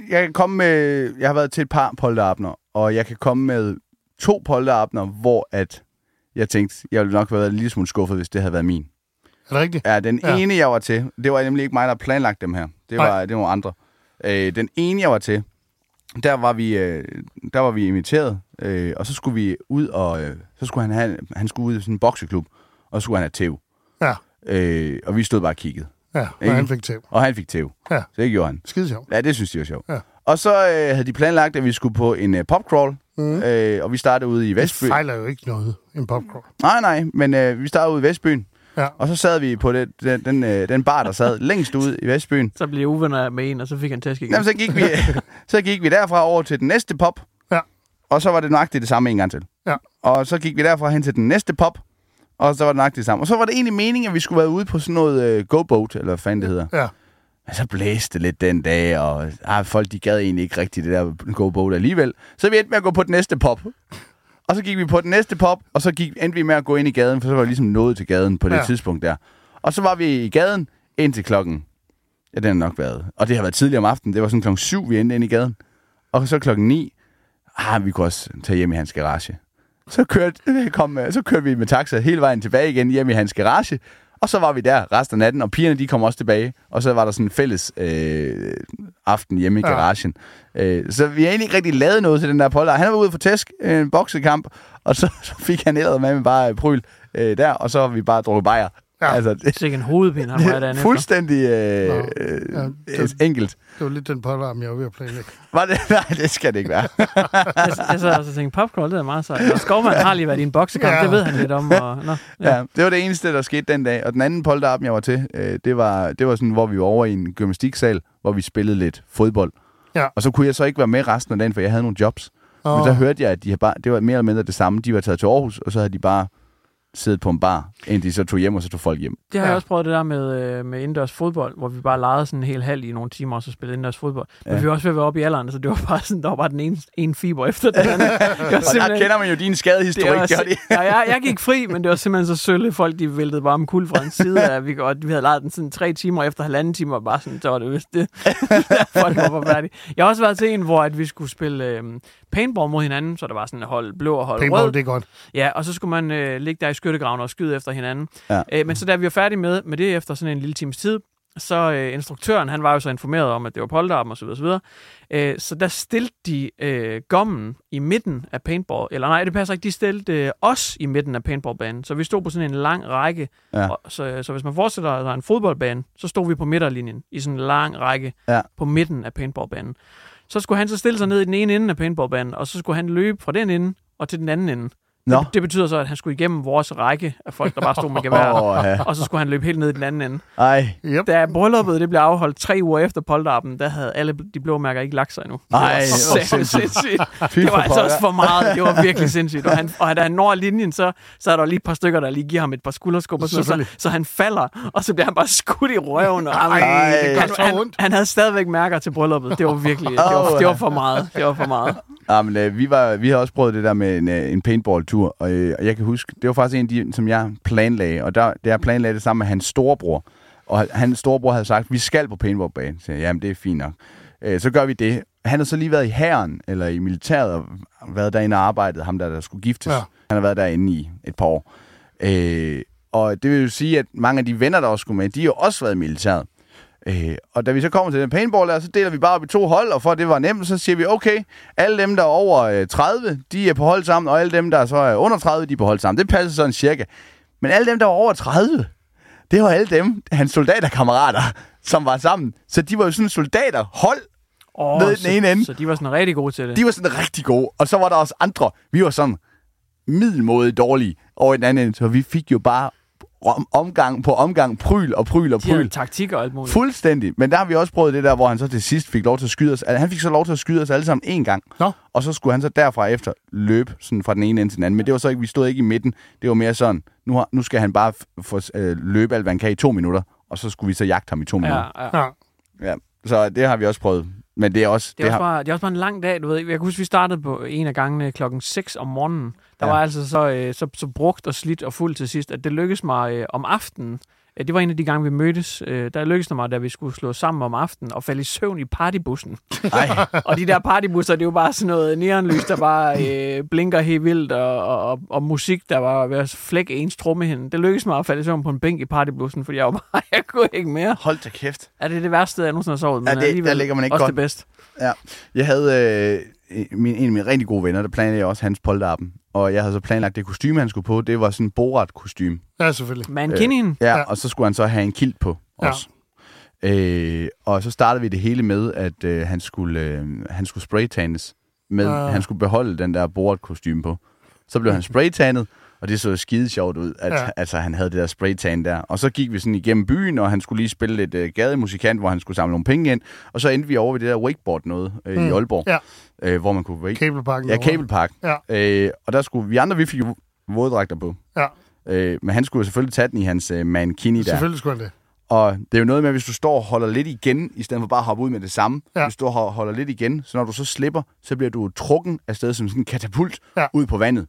jeg har været til et par polterabner, og jeg kan komme med 2 polterabner, hvor at jeg tænkte, jeg ville nok have været en lille smule skuffet, hvis det havde været min. Er det rigtigt? Ja, den ene, jeg var til, det var nemlig ikke mig, der planlagt dem her. Det var andre. Den ene, jeg var til, der var vi inviteret, og så skulle vi ud, og så skulle han skulle ud i sådan en bokseklub, og så skulle han have tæv. Ja. Og vi stod bare og kiggede. Ja, og han fik tæv. Og han fik tæv. Ja. Så det gjorde han. Skide sjovt. Ja, det synes de var sjovt. Ja. Og så havde de planlagt, at vi skulle på en popcrawl, og vi startede ude i Vestbyen. Det fejler jo ikke noget, en popcrawl. Nej, men vi startede ude i Vestbyen. Ja. Og så sad vi på den bar, der sad længst ude i Vestbyen. Så blev jeg uvenner med en, og så fik han tæsk igen. Jamen, så gik vi derfra over til den næste pop. Ja. Og så var det nøjagtigt det samme en gang til. Ja. Og så gik vi derfra hen til den næste pop. Og så var det nøjagtigt det samme. Og så var det egentlig meningen, at vi skulle være ude på sådan noget go-boat, eller hvad fanden det hedder. Ja. Men så blæste det lidt den dag, og folk de gad egentlig ikke rigtigt det der go-boat alligevel. Så vi endte med at gå på den næste pop. Og så gik vi på den næste pop, og så endte vi med at gå ind i gaden, for så var vi ligesom nået til gaden på det tidspunkt der. Og så var vi i gaden indtil klokken... Ja, det har nok været. Og det har været tidligere om aftenen. Det var sådan klokken 7, vi endte ind i gaden. Og så klokken 9... vi kunne også tage hjem i hans garage. Så kørte vi med taxa hele vejen tilbage igen hjem i hans garage. Og så var vi der resten af natten, og pigerne de kom også tilbage. Og så var der sådan en fælles aften hjemme i garagen. Så vi har egentlig ikke rigtig lavet noget til den der polter. Han var ude for tæsk, en boksekamp, og så fik han æret med bare pryl der, og så har vi bare drukket bajer. Ja. Altså, det er ikke en hovedpine, han var derinde. Fuldstændig enkelt. Det var lidt den polterarm, jeg var ved at planlægge. Var det? Nej, det skal det ikke være. jeg sad også og tænkte, popcorn, det er meget sejt. Og Skovmand har lige været i en boksekamp, det ved han lidt om. Ja, det var det eneste, der skete den dag. Og den anden polterarm, jeg var til, det var sådan, hvor vi var over i en gymnastiksal, hvor vi spillede lidt fodbold. Ja. Og så kunne jeg så ikke være med resten af dagen, for jeg havde nogle jobs. Men så hørte jeg, at det var mere eller mindre det samme. De var taget til Aarhus, og så havde de bare siddet på en bar, inden de så tog hjem, og så tog folk hjem. Det har jeg også prøvet det der med indendørs fodbold, hvor vi bare legede sådan en hel halv i nogle timer, og så spillede indendørs fodbold. Men vi var også ved at være oppe i alderen, så det var bare sådan, der var bare den ene fiber efter den anden. Og der kender man jo din skadehistorik. Jeg gik fri, men det var simpelthen så sølle. Folk, de væltede bare med kul fra en side, og vi havde leget den sådan 3 timer, efter 1,5 time, og bare sådan, så var det vist det. Folk var bare færdige. Jeg har også været til en, hvor at vi skulle spille paintball mod hinanden, så der var sådan et hold blå og hold paintball, rød. Det er godt. Ja, og så skulle man ligge der i skyttegraven og skyde efter hinanden. Ja. Men så da vi var færdige med det efter sådan en lille times tid, så instruktøren, han var jo så informeret om, at det var polterappen og så videre. Så der stillede de gommen i midten af paintball. Eller nej, det passer ikke. De stillede os i midten af paintballbanen. Så vi stod på sådan en lang række. Ja. Så hvis man forestiller, at der er en fodboldbane, så stod vi på midterlinjen i sådan en lang række på midten af paintballbanen. Så skulle han så stille sig ned i den ene ende af paintballbanen, og så skulle han løbe fra den ende og til den anden ende. Det betyder så, at han skulle igennem vores række af folk, der bare stod med gevær, og så skulle han løbe helt ned i den anden ende. Yep. Da brylluppet det blev afholdt 3 uger efter polterappen, der havde alle de blå mærker ikke lagt sig endnu. Nej, det var sindssygt. Det var altså også for meget. Det var virkelig sindssygt. Og da han når linjen, så er der lige et par stykker, der lige giver ham et par skulderskubber, så han falder, og så bliver han bare skudt i røven. Og han havde stadigvæk mærker til brylluppet. Det var virkelig, det var for meget. Det var for meget. Ja, men vi har også prøvet det der med en paintball-tur, og jeg kan huske, det var faktisk en af de, som jeg planlagde, og jeg planlagde det sammen med hans storebror, og hans storebror havde sagt, vi skal på paintballbanen. Så jamen, det er fint nok. Så gør vi det. Han har så lige været i hæren, eller i militæret, og været derinde og arbejdet, ham der skulle giftes. Ja. Han har været derinde i et par år. Og det vil jo sige, at mange af de venner, der også skulle med, de har jo også været i militæret. Og da vi så kommer til den paintball der, så deler vi bare op i 2 hold, og for at det var nemt, så siger vi, okay, alle dem, der er over 30, de er på hold sammen, og alle dem, der så er under 30, de er på hold sammen. Det passer sådan cirka. Men alle dem, der var over 30, det var alle dem, hans soldaterkammerater, som var sammen. Så de var jo sådan soldaterhold med den ene ende. Så de var sådan rigtig gode til det. De var sådan rigtig gode. Og så var der også andre. Vi var sådan middelmådigt dårlige over i den anden ende, så vi fik jo bare omgang på omgang, pryl. De taktik og alt muligt. Fuldstændig. Men der har vi også prøvet det der, hvor han så til sidst fik lov til at skyde os. Han fik så lov til at skyde os alle sammen 1 gang. Og så skulle han så derfra efter løbe sådan fra den ene ende til den anden. Men det var så ikke, vi stod ikke i midten. Det var mere sådan, nu skal han bare få løbe alt, hvad han kan i 2 minutter. Og så skulle vi så jagte ham i 2 minutter. Ja. Så det har vi også prøvet. Men det er også... Det er også bare en lang dag, du ved. Jeg kan huske, vi startede på en af gangene 6:00 om morgenen. Der var altså så brugt og slidt og fuldt til sidst, at det lykkedes mig om aftenen. Det var en af de gange, vi mødtes. Der lykkedes det mig, da vi skulle slå sammen om aftenen og falde i søvn i partybussen. Og de der partybusser, det er jo bare sådan noget neonlys, der bare blinker helt vildt, og musik, der var ved at flække ens trommehinde. Det lykkedes mig at falde i søvn på en bænk i partybussen, fordi jeg kunne ikke mere. Hold da kæft. Er det værste, jeg nogensinde har sovet? Men der ligger man ikke også godt. Det bedste. Ja. Jeg havde en af mine rigtig gode venner, der planlagde jeg også hans polterappen. Og jeg havde så planlagt det kostyme, han skulle på. Det var sådan en Borat-kostyme. Ja, selvfølgelig. Mankinin. Og så skulle han så have en kilt på også. Og så startede vi det hele med, at han skulle spraytannes. Han skulle beholde den der Borat-kostyme på. Så blev han spraytannet, og det så skide sjovt ud, at han havde det der spraytan der. Og så gik vi sådan igennem byen, og han skulle lige spille lidt gademusikant, hvor han skulle samle nogle penge ind. Og så endte vi over ved det der wakeboard noget i Aalborg, hvor man kunne wake. Cableparken. Ja, Cablepark. Ja. Og der skulle vi fik jo våddragter på. Ja. Men han skulle jo selvfølgelig tage den i hans mankini der. Selvfølgelig skulle han det. Og det er jo noget med, at hvis du står og holder lidt igen, i stedet for bare at hoppe ud med det samme. Ja. Hvis du holder lidt igen, så når du så slipper, så bliver du trukken afsted som sådan en katapult ud på vandet.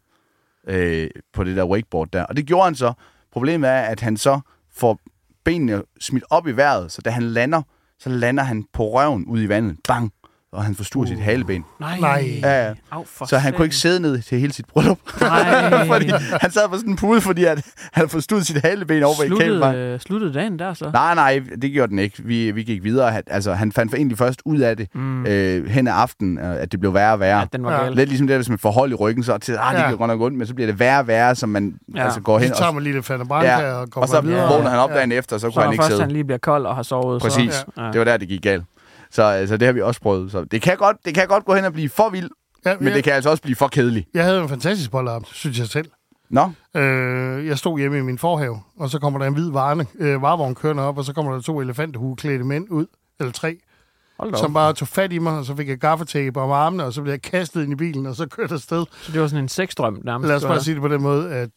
På det der wakeboard der. Og det gjorde han så. Problemet er, at han så får benene smidt op i vejret, så da han lander, så lander han på røven ud i vandet. Bang! og han forstod sit haleben. Nej. Ja. Så han kunne ikke sidde ned til hele sit bryllup. Fordi han sad på sådan en pude, fordi han forstod sit haleben over i kælevejen. Sluttede dagen der så? Nej, det gjorde den ikke. Vi gik videre. Altså, han fandt egentlig først ud af det hen ad aftenen, at det blev værre og værre. Ja, den var lidt ligesom det, hvis man får hold i ryggen, så til, det kan godt nok ondt, men så bliver det værre og værre, som man altså går hen. Så tager man lige lidt Fanta og kommer videre. Og så vågner han op dagen efter, så kunne han ikke sidde. Så han lige bliver kold og har sovet. Præcis. Så. Ja. Det var der, det gik galt. Så det har vi også prøvet. Så det kan godt gå hen og blive for vildt, men det kan altså også blive for kedeligt. Jeg havde en fantastisk polterappen, synes jeg selv. Nå? Jeg stod hjemme i min forhave, og så kommer der en hvid varevogn kørende op, og så kommer der 2 elefantehue-klædte mænd ud, eller 3, som bare tog fat i mig, og så fik jeg gaffetape om armene, og så blev jeg kastet ind i bilen, og så kørte jeg afsted. Så det var sådan en sexdrøm nærmest? Lad os bare sige det på den måde, at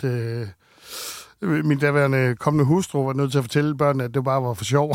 min daværende kommende hustru var nødt til at fortælle børnene, at det bare var for sjov.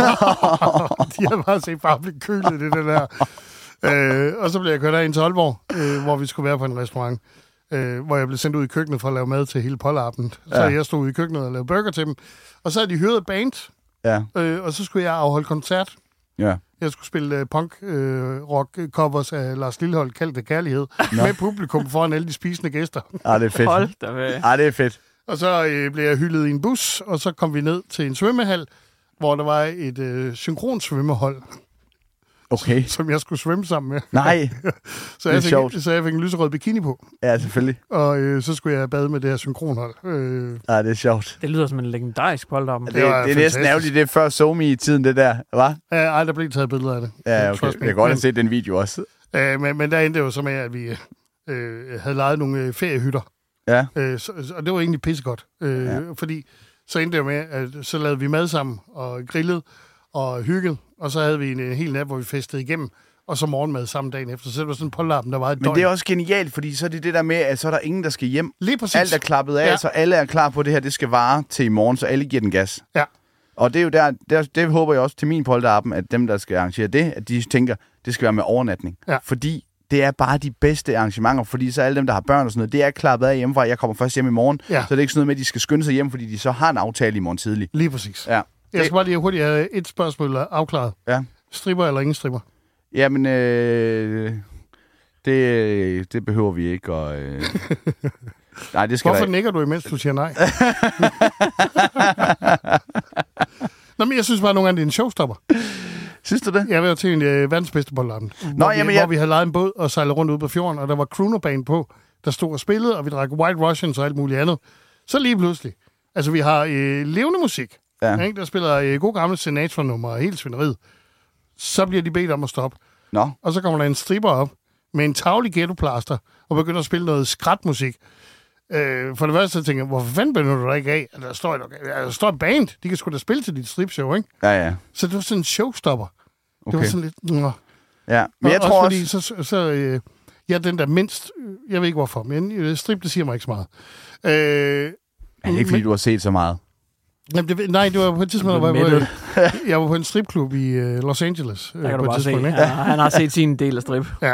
De havde bare set bare blive kølet det der. Og så blev jeg kørt ind til Aalborg, hvor vi skulle være på en restaurant, hvor jeg blev sendt ud i køkkenet for at lave mad til hele polterappen. Så jeg stod ude i køkkenet og lavede burger til dem. Og så havde de hyret band, og så skulle jeg afholde koncert. Ja. Jeg skulle spille punk-rock-covers af Lars Lilholt, kaldt det Kærlighed, med publikum foran alle de spisende gæster. Det er fedt. Det er fedt. Og så blev jeg hyldet i en bus, og så kom vi ned til en svømmehal, hvor der var et synkronsvømmehold. Okay. Som jeg skulle svømme sammen med. Nej, så jeg fik en lyserød bikini på. Ja, selvfølgelig. Og så skulle jeg bade med det her synkronhold. Det er sjovt. Det lyder som en legendarisk polterappen. Det er næsten ærgerligt, det er før SoMe-tiden, det der, hva'? Ja, der blev taget billeder af det. Ja, okay. Jeg kan godt have set den video også. Men der endte det jo så med, at vi havde lejet nogle feriehytter. Ja. Og det var egentlig pissegodt. Fordi så endte det jo med, at så lavede vi mad sammen og grillede og hyggede. Og så havde vi en hel nat, hvor vi festede igennem, og så morgenmad samme dagen efter. Så det var sådan en polterappen, der var et døgn. Men det er også genialt, fordi så er det der med, at så er der ingen, der skal hjem. Lige præcis. Alt er klappet af, så alle er klar på, at det her det skal vare til i morgen, så alle giver den gas. Ja. Og det er jo det håber jeg også til min polterappen, at dem, der skal arrangere det, at de tænker, det skal være med overnatning. Ja. Fordi det er bare de bedste arrangementer, fordi så alle dem, der har børn og sådan noget, det er klappet af hjemmefra. Jeg kommer først hjem i morgen, så det er ikke sådan noget med, at de skal skynde sig hjem, fordi de så har en aftale i morgen tidlig. Lige præcis. Ja. Jeg skal bare lige hurtigt have et spørgsmål afklaret. Ja. Stripper eller ingen stripper? Jamen, det behøver vi ikke. Og, nej, det skal hvorfor nikker du, imens du siger nej? Nå, men jeg synes bare, at nogle gange det er en showstopper. Synes du det? Jeg var til en verdens bedste polterappen, hvor vi havde lejet en båd og sejlet rundt ud på fjorden, og der var croonerband på, der stod og spillede, og vi drak White Russians og alt muligt andet. Så lige pludselig, altså vi har levende musik, ikke? Der spiller gode gamle Sinatra-nummer og helt svineriet. Så bliver de bedt om at stoppe. Og så kommer der en stripper op med en tavlig ghettoplaster og begynder at spille noget skratmusik. For det første, så tænker jeg, hvorfor fanden benytter du dig ikke af? Der står et band. De kan sgu da spille til dit stripshow, ikke? Ja. Så det var sådan en showstopper. Okay. Det var sådan lidt... Ja, men jeg tror også... Fordi jeg er den der mindst... Jeg ved ikke hvorfor, men strip, det siger mig ikke så meget. Er det ikke, fordi du har set så meget? Jamen, det var på et tidspunkt, jeg var på en stripklub i Los Angeles. Der kan du bare se. Ja, han har set sin del af strip. Ja,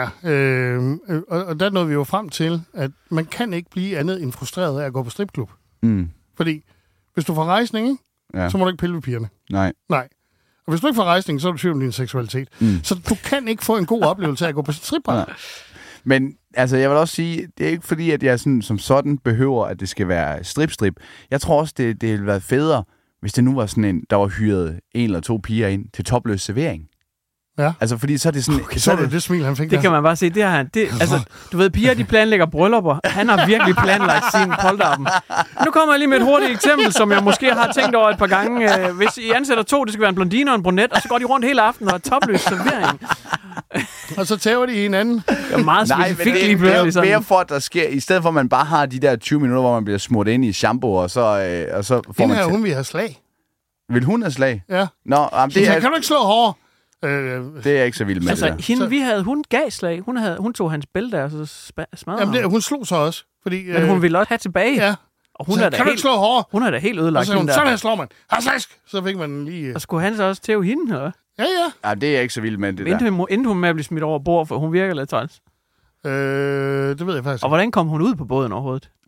og der nåede vi jo frem til, at man kan ikke blive andet end frustreret af at gå på stripklub. Mm. Fordi hvis du får rejsning, så må du ikke pille ved pigerne. Nej. Og hvis du ikke får rejsning, så er du tvivl om din seksualitet. Mm. Så du kan ikke få en god oplevelse af at gå på stripbar. Men altså, jeg vil også sige, det er ikke fordi, at jeg som sådan behøver, at det skal være strip. Jeg tror også, det ville være federe, hvis det nu var sådan en, der var hyret 1 eller 2 piger ind til topløs servering. Ja. Altså, fordi så er det sådan... Okay, så er det smil, han fik det der. Kan man bare se. Altså, du ved, piger, de planlægger bryllupper. Han har virkelig planlagt sin polterappen. Nu kommer jeg lige med et hurtigt eksempel, som jeg måske har tænkt over et par gange. Hvis I ansætter 2, det skal være en blondine og en brunet, og så går de rundt hele aftenen og har topløs servering. Og så tæver de hinanden. Det er meget specifikt lige pludselig. Det er mere for, at der sker, i stedet for, at man bare har de der 20 minutter, hvor man bliver smurt ind i shampoo, og så får man... Hun vil have slag. Vil hun have slag? Ja. Nå, kan du ikke slå hårdere? Det er jeg ikke så vild med. Altså, hun gav slag. Hun tog hans bælte og så smadrede ham. Hun slog så også. Fordi, men hun ville også have tilbage. Ja. Og hun er kan du ikke slå hårdere? Hun er da helt ødelagt. Sådan her slår man. Haslask! Så fik man lige... Og skulle han så også tæve hende, eller? Ja. Ja, det er jeg ikke så vild med, det der. Endte hun med at blive smidt over bord, for hun virker lidt træls. Det ved jeg faktisk. Og hvordan kom hun ud på båden overhovedet?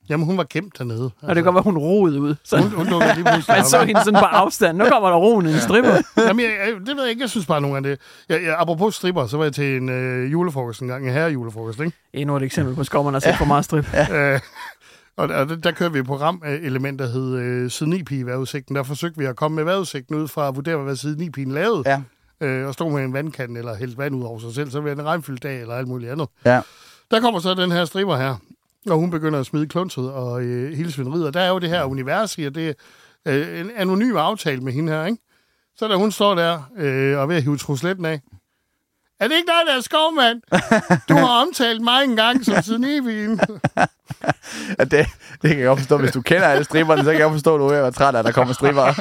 Jamen, hun var gemt dernede. Altså. Og det kan godt være, hun roede ud. Så hun dukkede lige pludselig. Man så hende sådan på afstand. Nu kommer der roen en stripper. Jamen, det ved jeg ikke. Jeg synes bare nogle af det. Apropos stripper, så var jeg til en julefrokost en gang. En herrejulefrokost, ikke? Endnu et eksempel på skovmand har set for meget strip. Og der kørte vi et programelement, der hed Side 9-pige vejrudsigten. Der forsøgte vi at komme med vejrudsigten ud fra at vurdere, hvad Side 9-pigen lavede. Ja. Og stå med en vandkande eller hælde vand ud over sig selv. Så var det en regnfyldt dag eller alt muligt andet. Ja. Der kommer så den her stripper her. Og hun begynder at smide klunset og hele svineriet. Og der er jo det her univers i, og det er en anonym aftale med hende her, ikke? Så da hun står der og er ved at hive trusletten af. Er det ikke dig, der er skovmand? Du har omtalt mig engang som siden evigt. Det kan jeg godt forstå. Hvis du kender alle stripperne, så kan jeg forstå, at du er ved at være træt af, at der kommer stripper.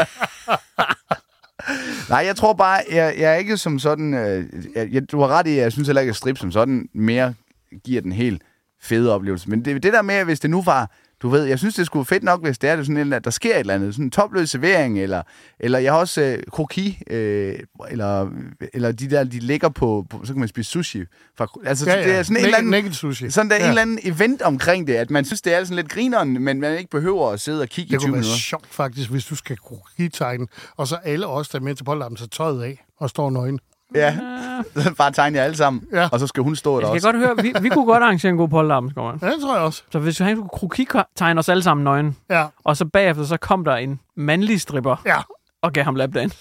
Nej, jeg tror bare, jeg er ikke som sådan... du har ret i, jeg synes heller ikke, at strip som sådan mere giver den helt fede oplevelse. Men det der med, hvis det nu var... Du ved, jeg synes, det skulle fedt nok, hvis det er sådan, at der sker et eller andet. Sådan en topløs servering, eller jeg har også kroki, eller de der, de ligger på, så kan man spise sushi. Altså, det er sådan en eller anden... sushi. Sådan der en eller anden event omkring det, at man synes, det er sådan lidt grineren, men man ikke behøver at sidde og kigge i 20 minutter. Det kunne være sjovt faktisk, hvis du skal kroki-tegne, og så alle os, der er med til polterappen, så tøjet af og står nøgen. Ja, bare tegne jer alle sammen, og så skal hun stå der også. Jeg kan godt høre, vi kunne godt arrangere en god polterappen, Skovmand. Ja, det tror jeg også. Så hvis han kunne kroki-tegne os alle sammen nøgen, og så bagefter så kom der en mandlig stripper og gav ham lapdance.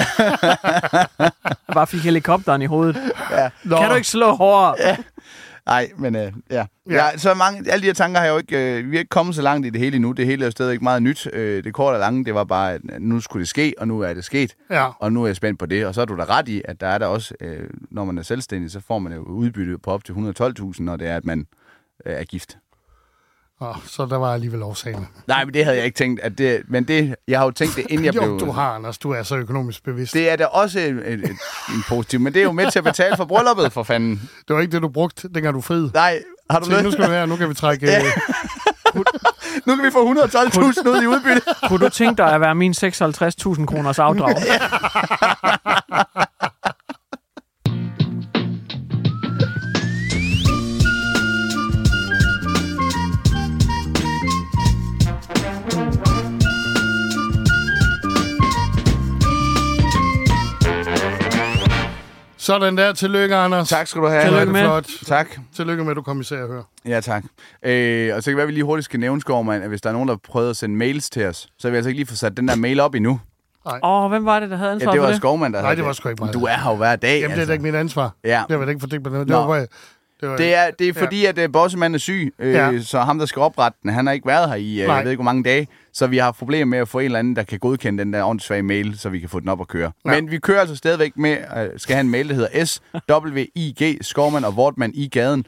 Bare fik helikopteren i hovedet. Ja. Kan du ikke slå hårdere? Ja. Nej, men så mange, alle de her tanker har jeg jo ikke, vi er ikke kommet så langt i det hele endnu. Det hele er jo stadig ikke meget nyt. Det korte og lange, det var bare, at nu skulle det ske, og nu er det sket. Ja. Og nu er jeg spændt på det. Og så er du da ret i, at der er der også, når man er selvstændig, så får man jo udbytte på op til 112.000, når det er, at man er gift. Så der var alligevel årsagen. Nej, men det havde jeg ikke tænkt. Jeg har jo tænkt det, inden jeg blev... Du har, Anders. Du er så økonomisk bevidst. Det er da også en positiv, men det er jo med til at betale for brylluppet, for fanden. Det var ikke det, du brugte, dengang du fed. Nej, har du det? Nu skal du her, nu kan vi trække... Nu kan vi få 112.000 ud i udbytte. Kunne du tænke dig at være min 56.000 kroners afdrag? Sådan der. Tillykke, Anders. Tak skal du have. Tillykke med. Flot. Tak. Tillykke med, at du kom i sag at høre. Ja, tak. Og så kan være, vi lige hurtigt skal nævne, Skovmand, at hvis der er nogen, der prøvede at sende mails til os, så har vi altså ikke lige fået sat den der mail op endnu. Hvem var det, der havde ansvar for det? det? var Skovmand, der havde det var sgu ikke mig. Du er her jo hver dag. Jamen, det er da ikke mit ansvar. Ja. Det var da ikke fordelt på noget. Det er fordi, at Bossemann er syg, så ham, der skal oprette den, han har ikke været her i, jeg ved ikke, hvor mange dage. Så vi har problemer med at få en eller anden, der kan godkende den der åndssvage mail, så vi kan få den op og køre. Ja. Men vi kører altså stadigvæk med, skal have en mail, der hedder SWIG, Skovmand og Wortmann i gaden,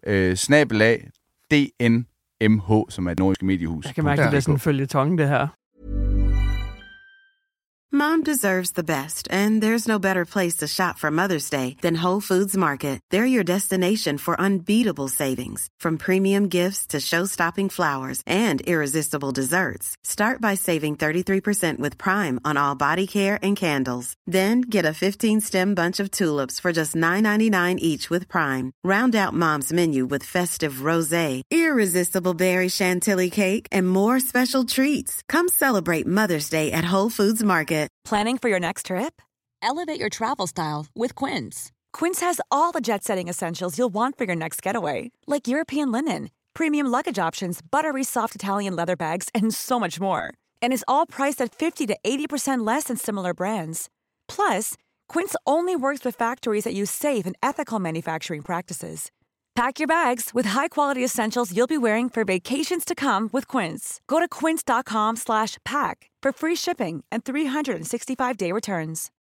/DNMH, som er et nordisk mediehus. Jeg kan mærke, at det er sådan en føljeton, det her. Mom deserves the best, and there's no better place to shop for Mother's Day than Whole Foods Market. They're your destination for unbeatable savings, from premium gifts to show-stopping flowers and irresistible desserts. Start by saving 33% with Prime on all body care and candles. Then get a 15-stem bunch of tulips for just $9.99 each with Prime. Round out Mom's menu with festive rosé, irresistible berry chantilly cake, and more special treats. Come celebrate Mother's Day at Whole Foods Market. Planning for your next trip? Elevate your travel style with Quince. Quince has all the jet-setting essentials you'll want for your next getaway, like European linen, premium luggage options, buttery soft Italian leather bags, and so much more. And is all priced at 50 to 80% less than similar brands. Plus, Quince only works with factories that use safe and ethical manufacturing practices. Pack your bags with high-quality essentials you'll be wearing for vacations to come with Quince. Go to quince.com/pack for free shipping and 365-day returns.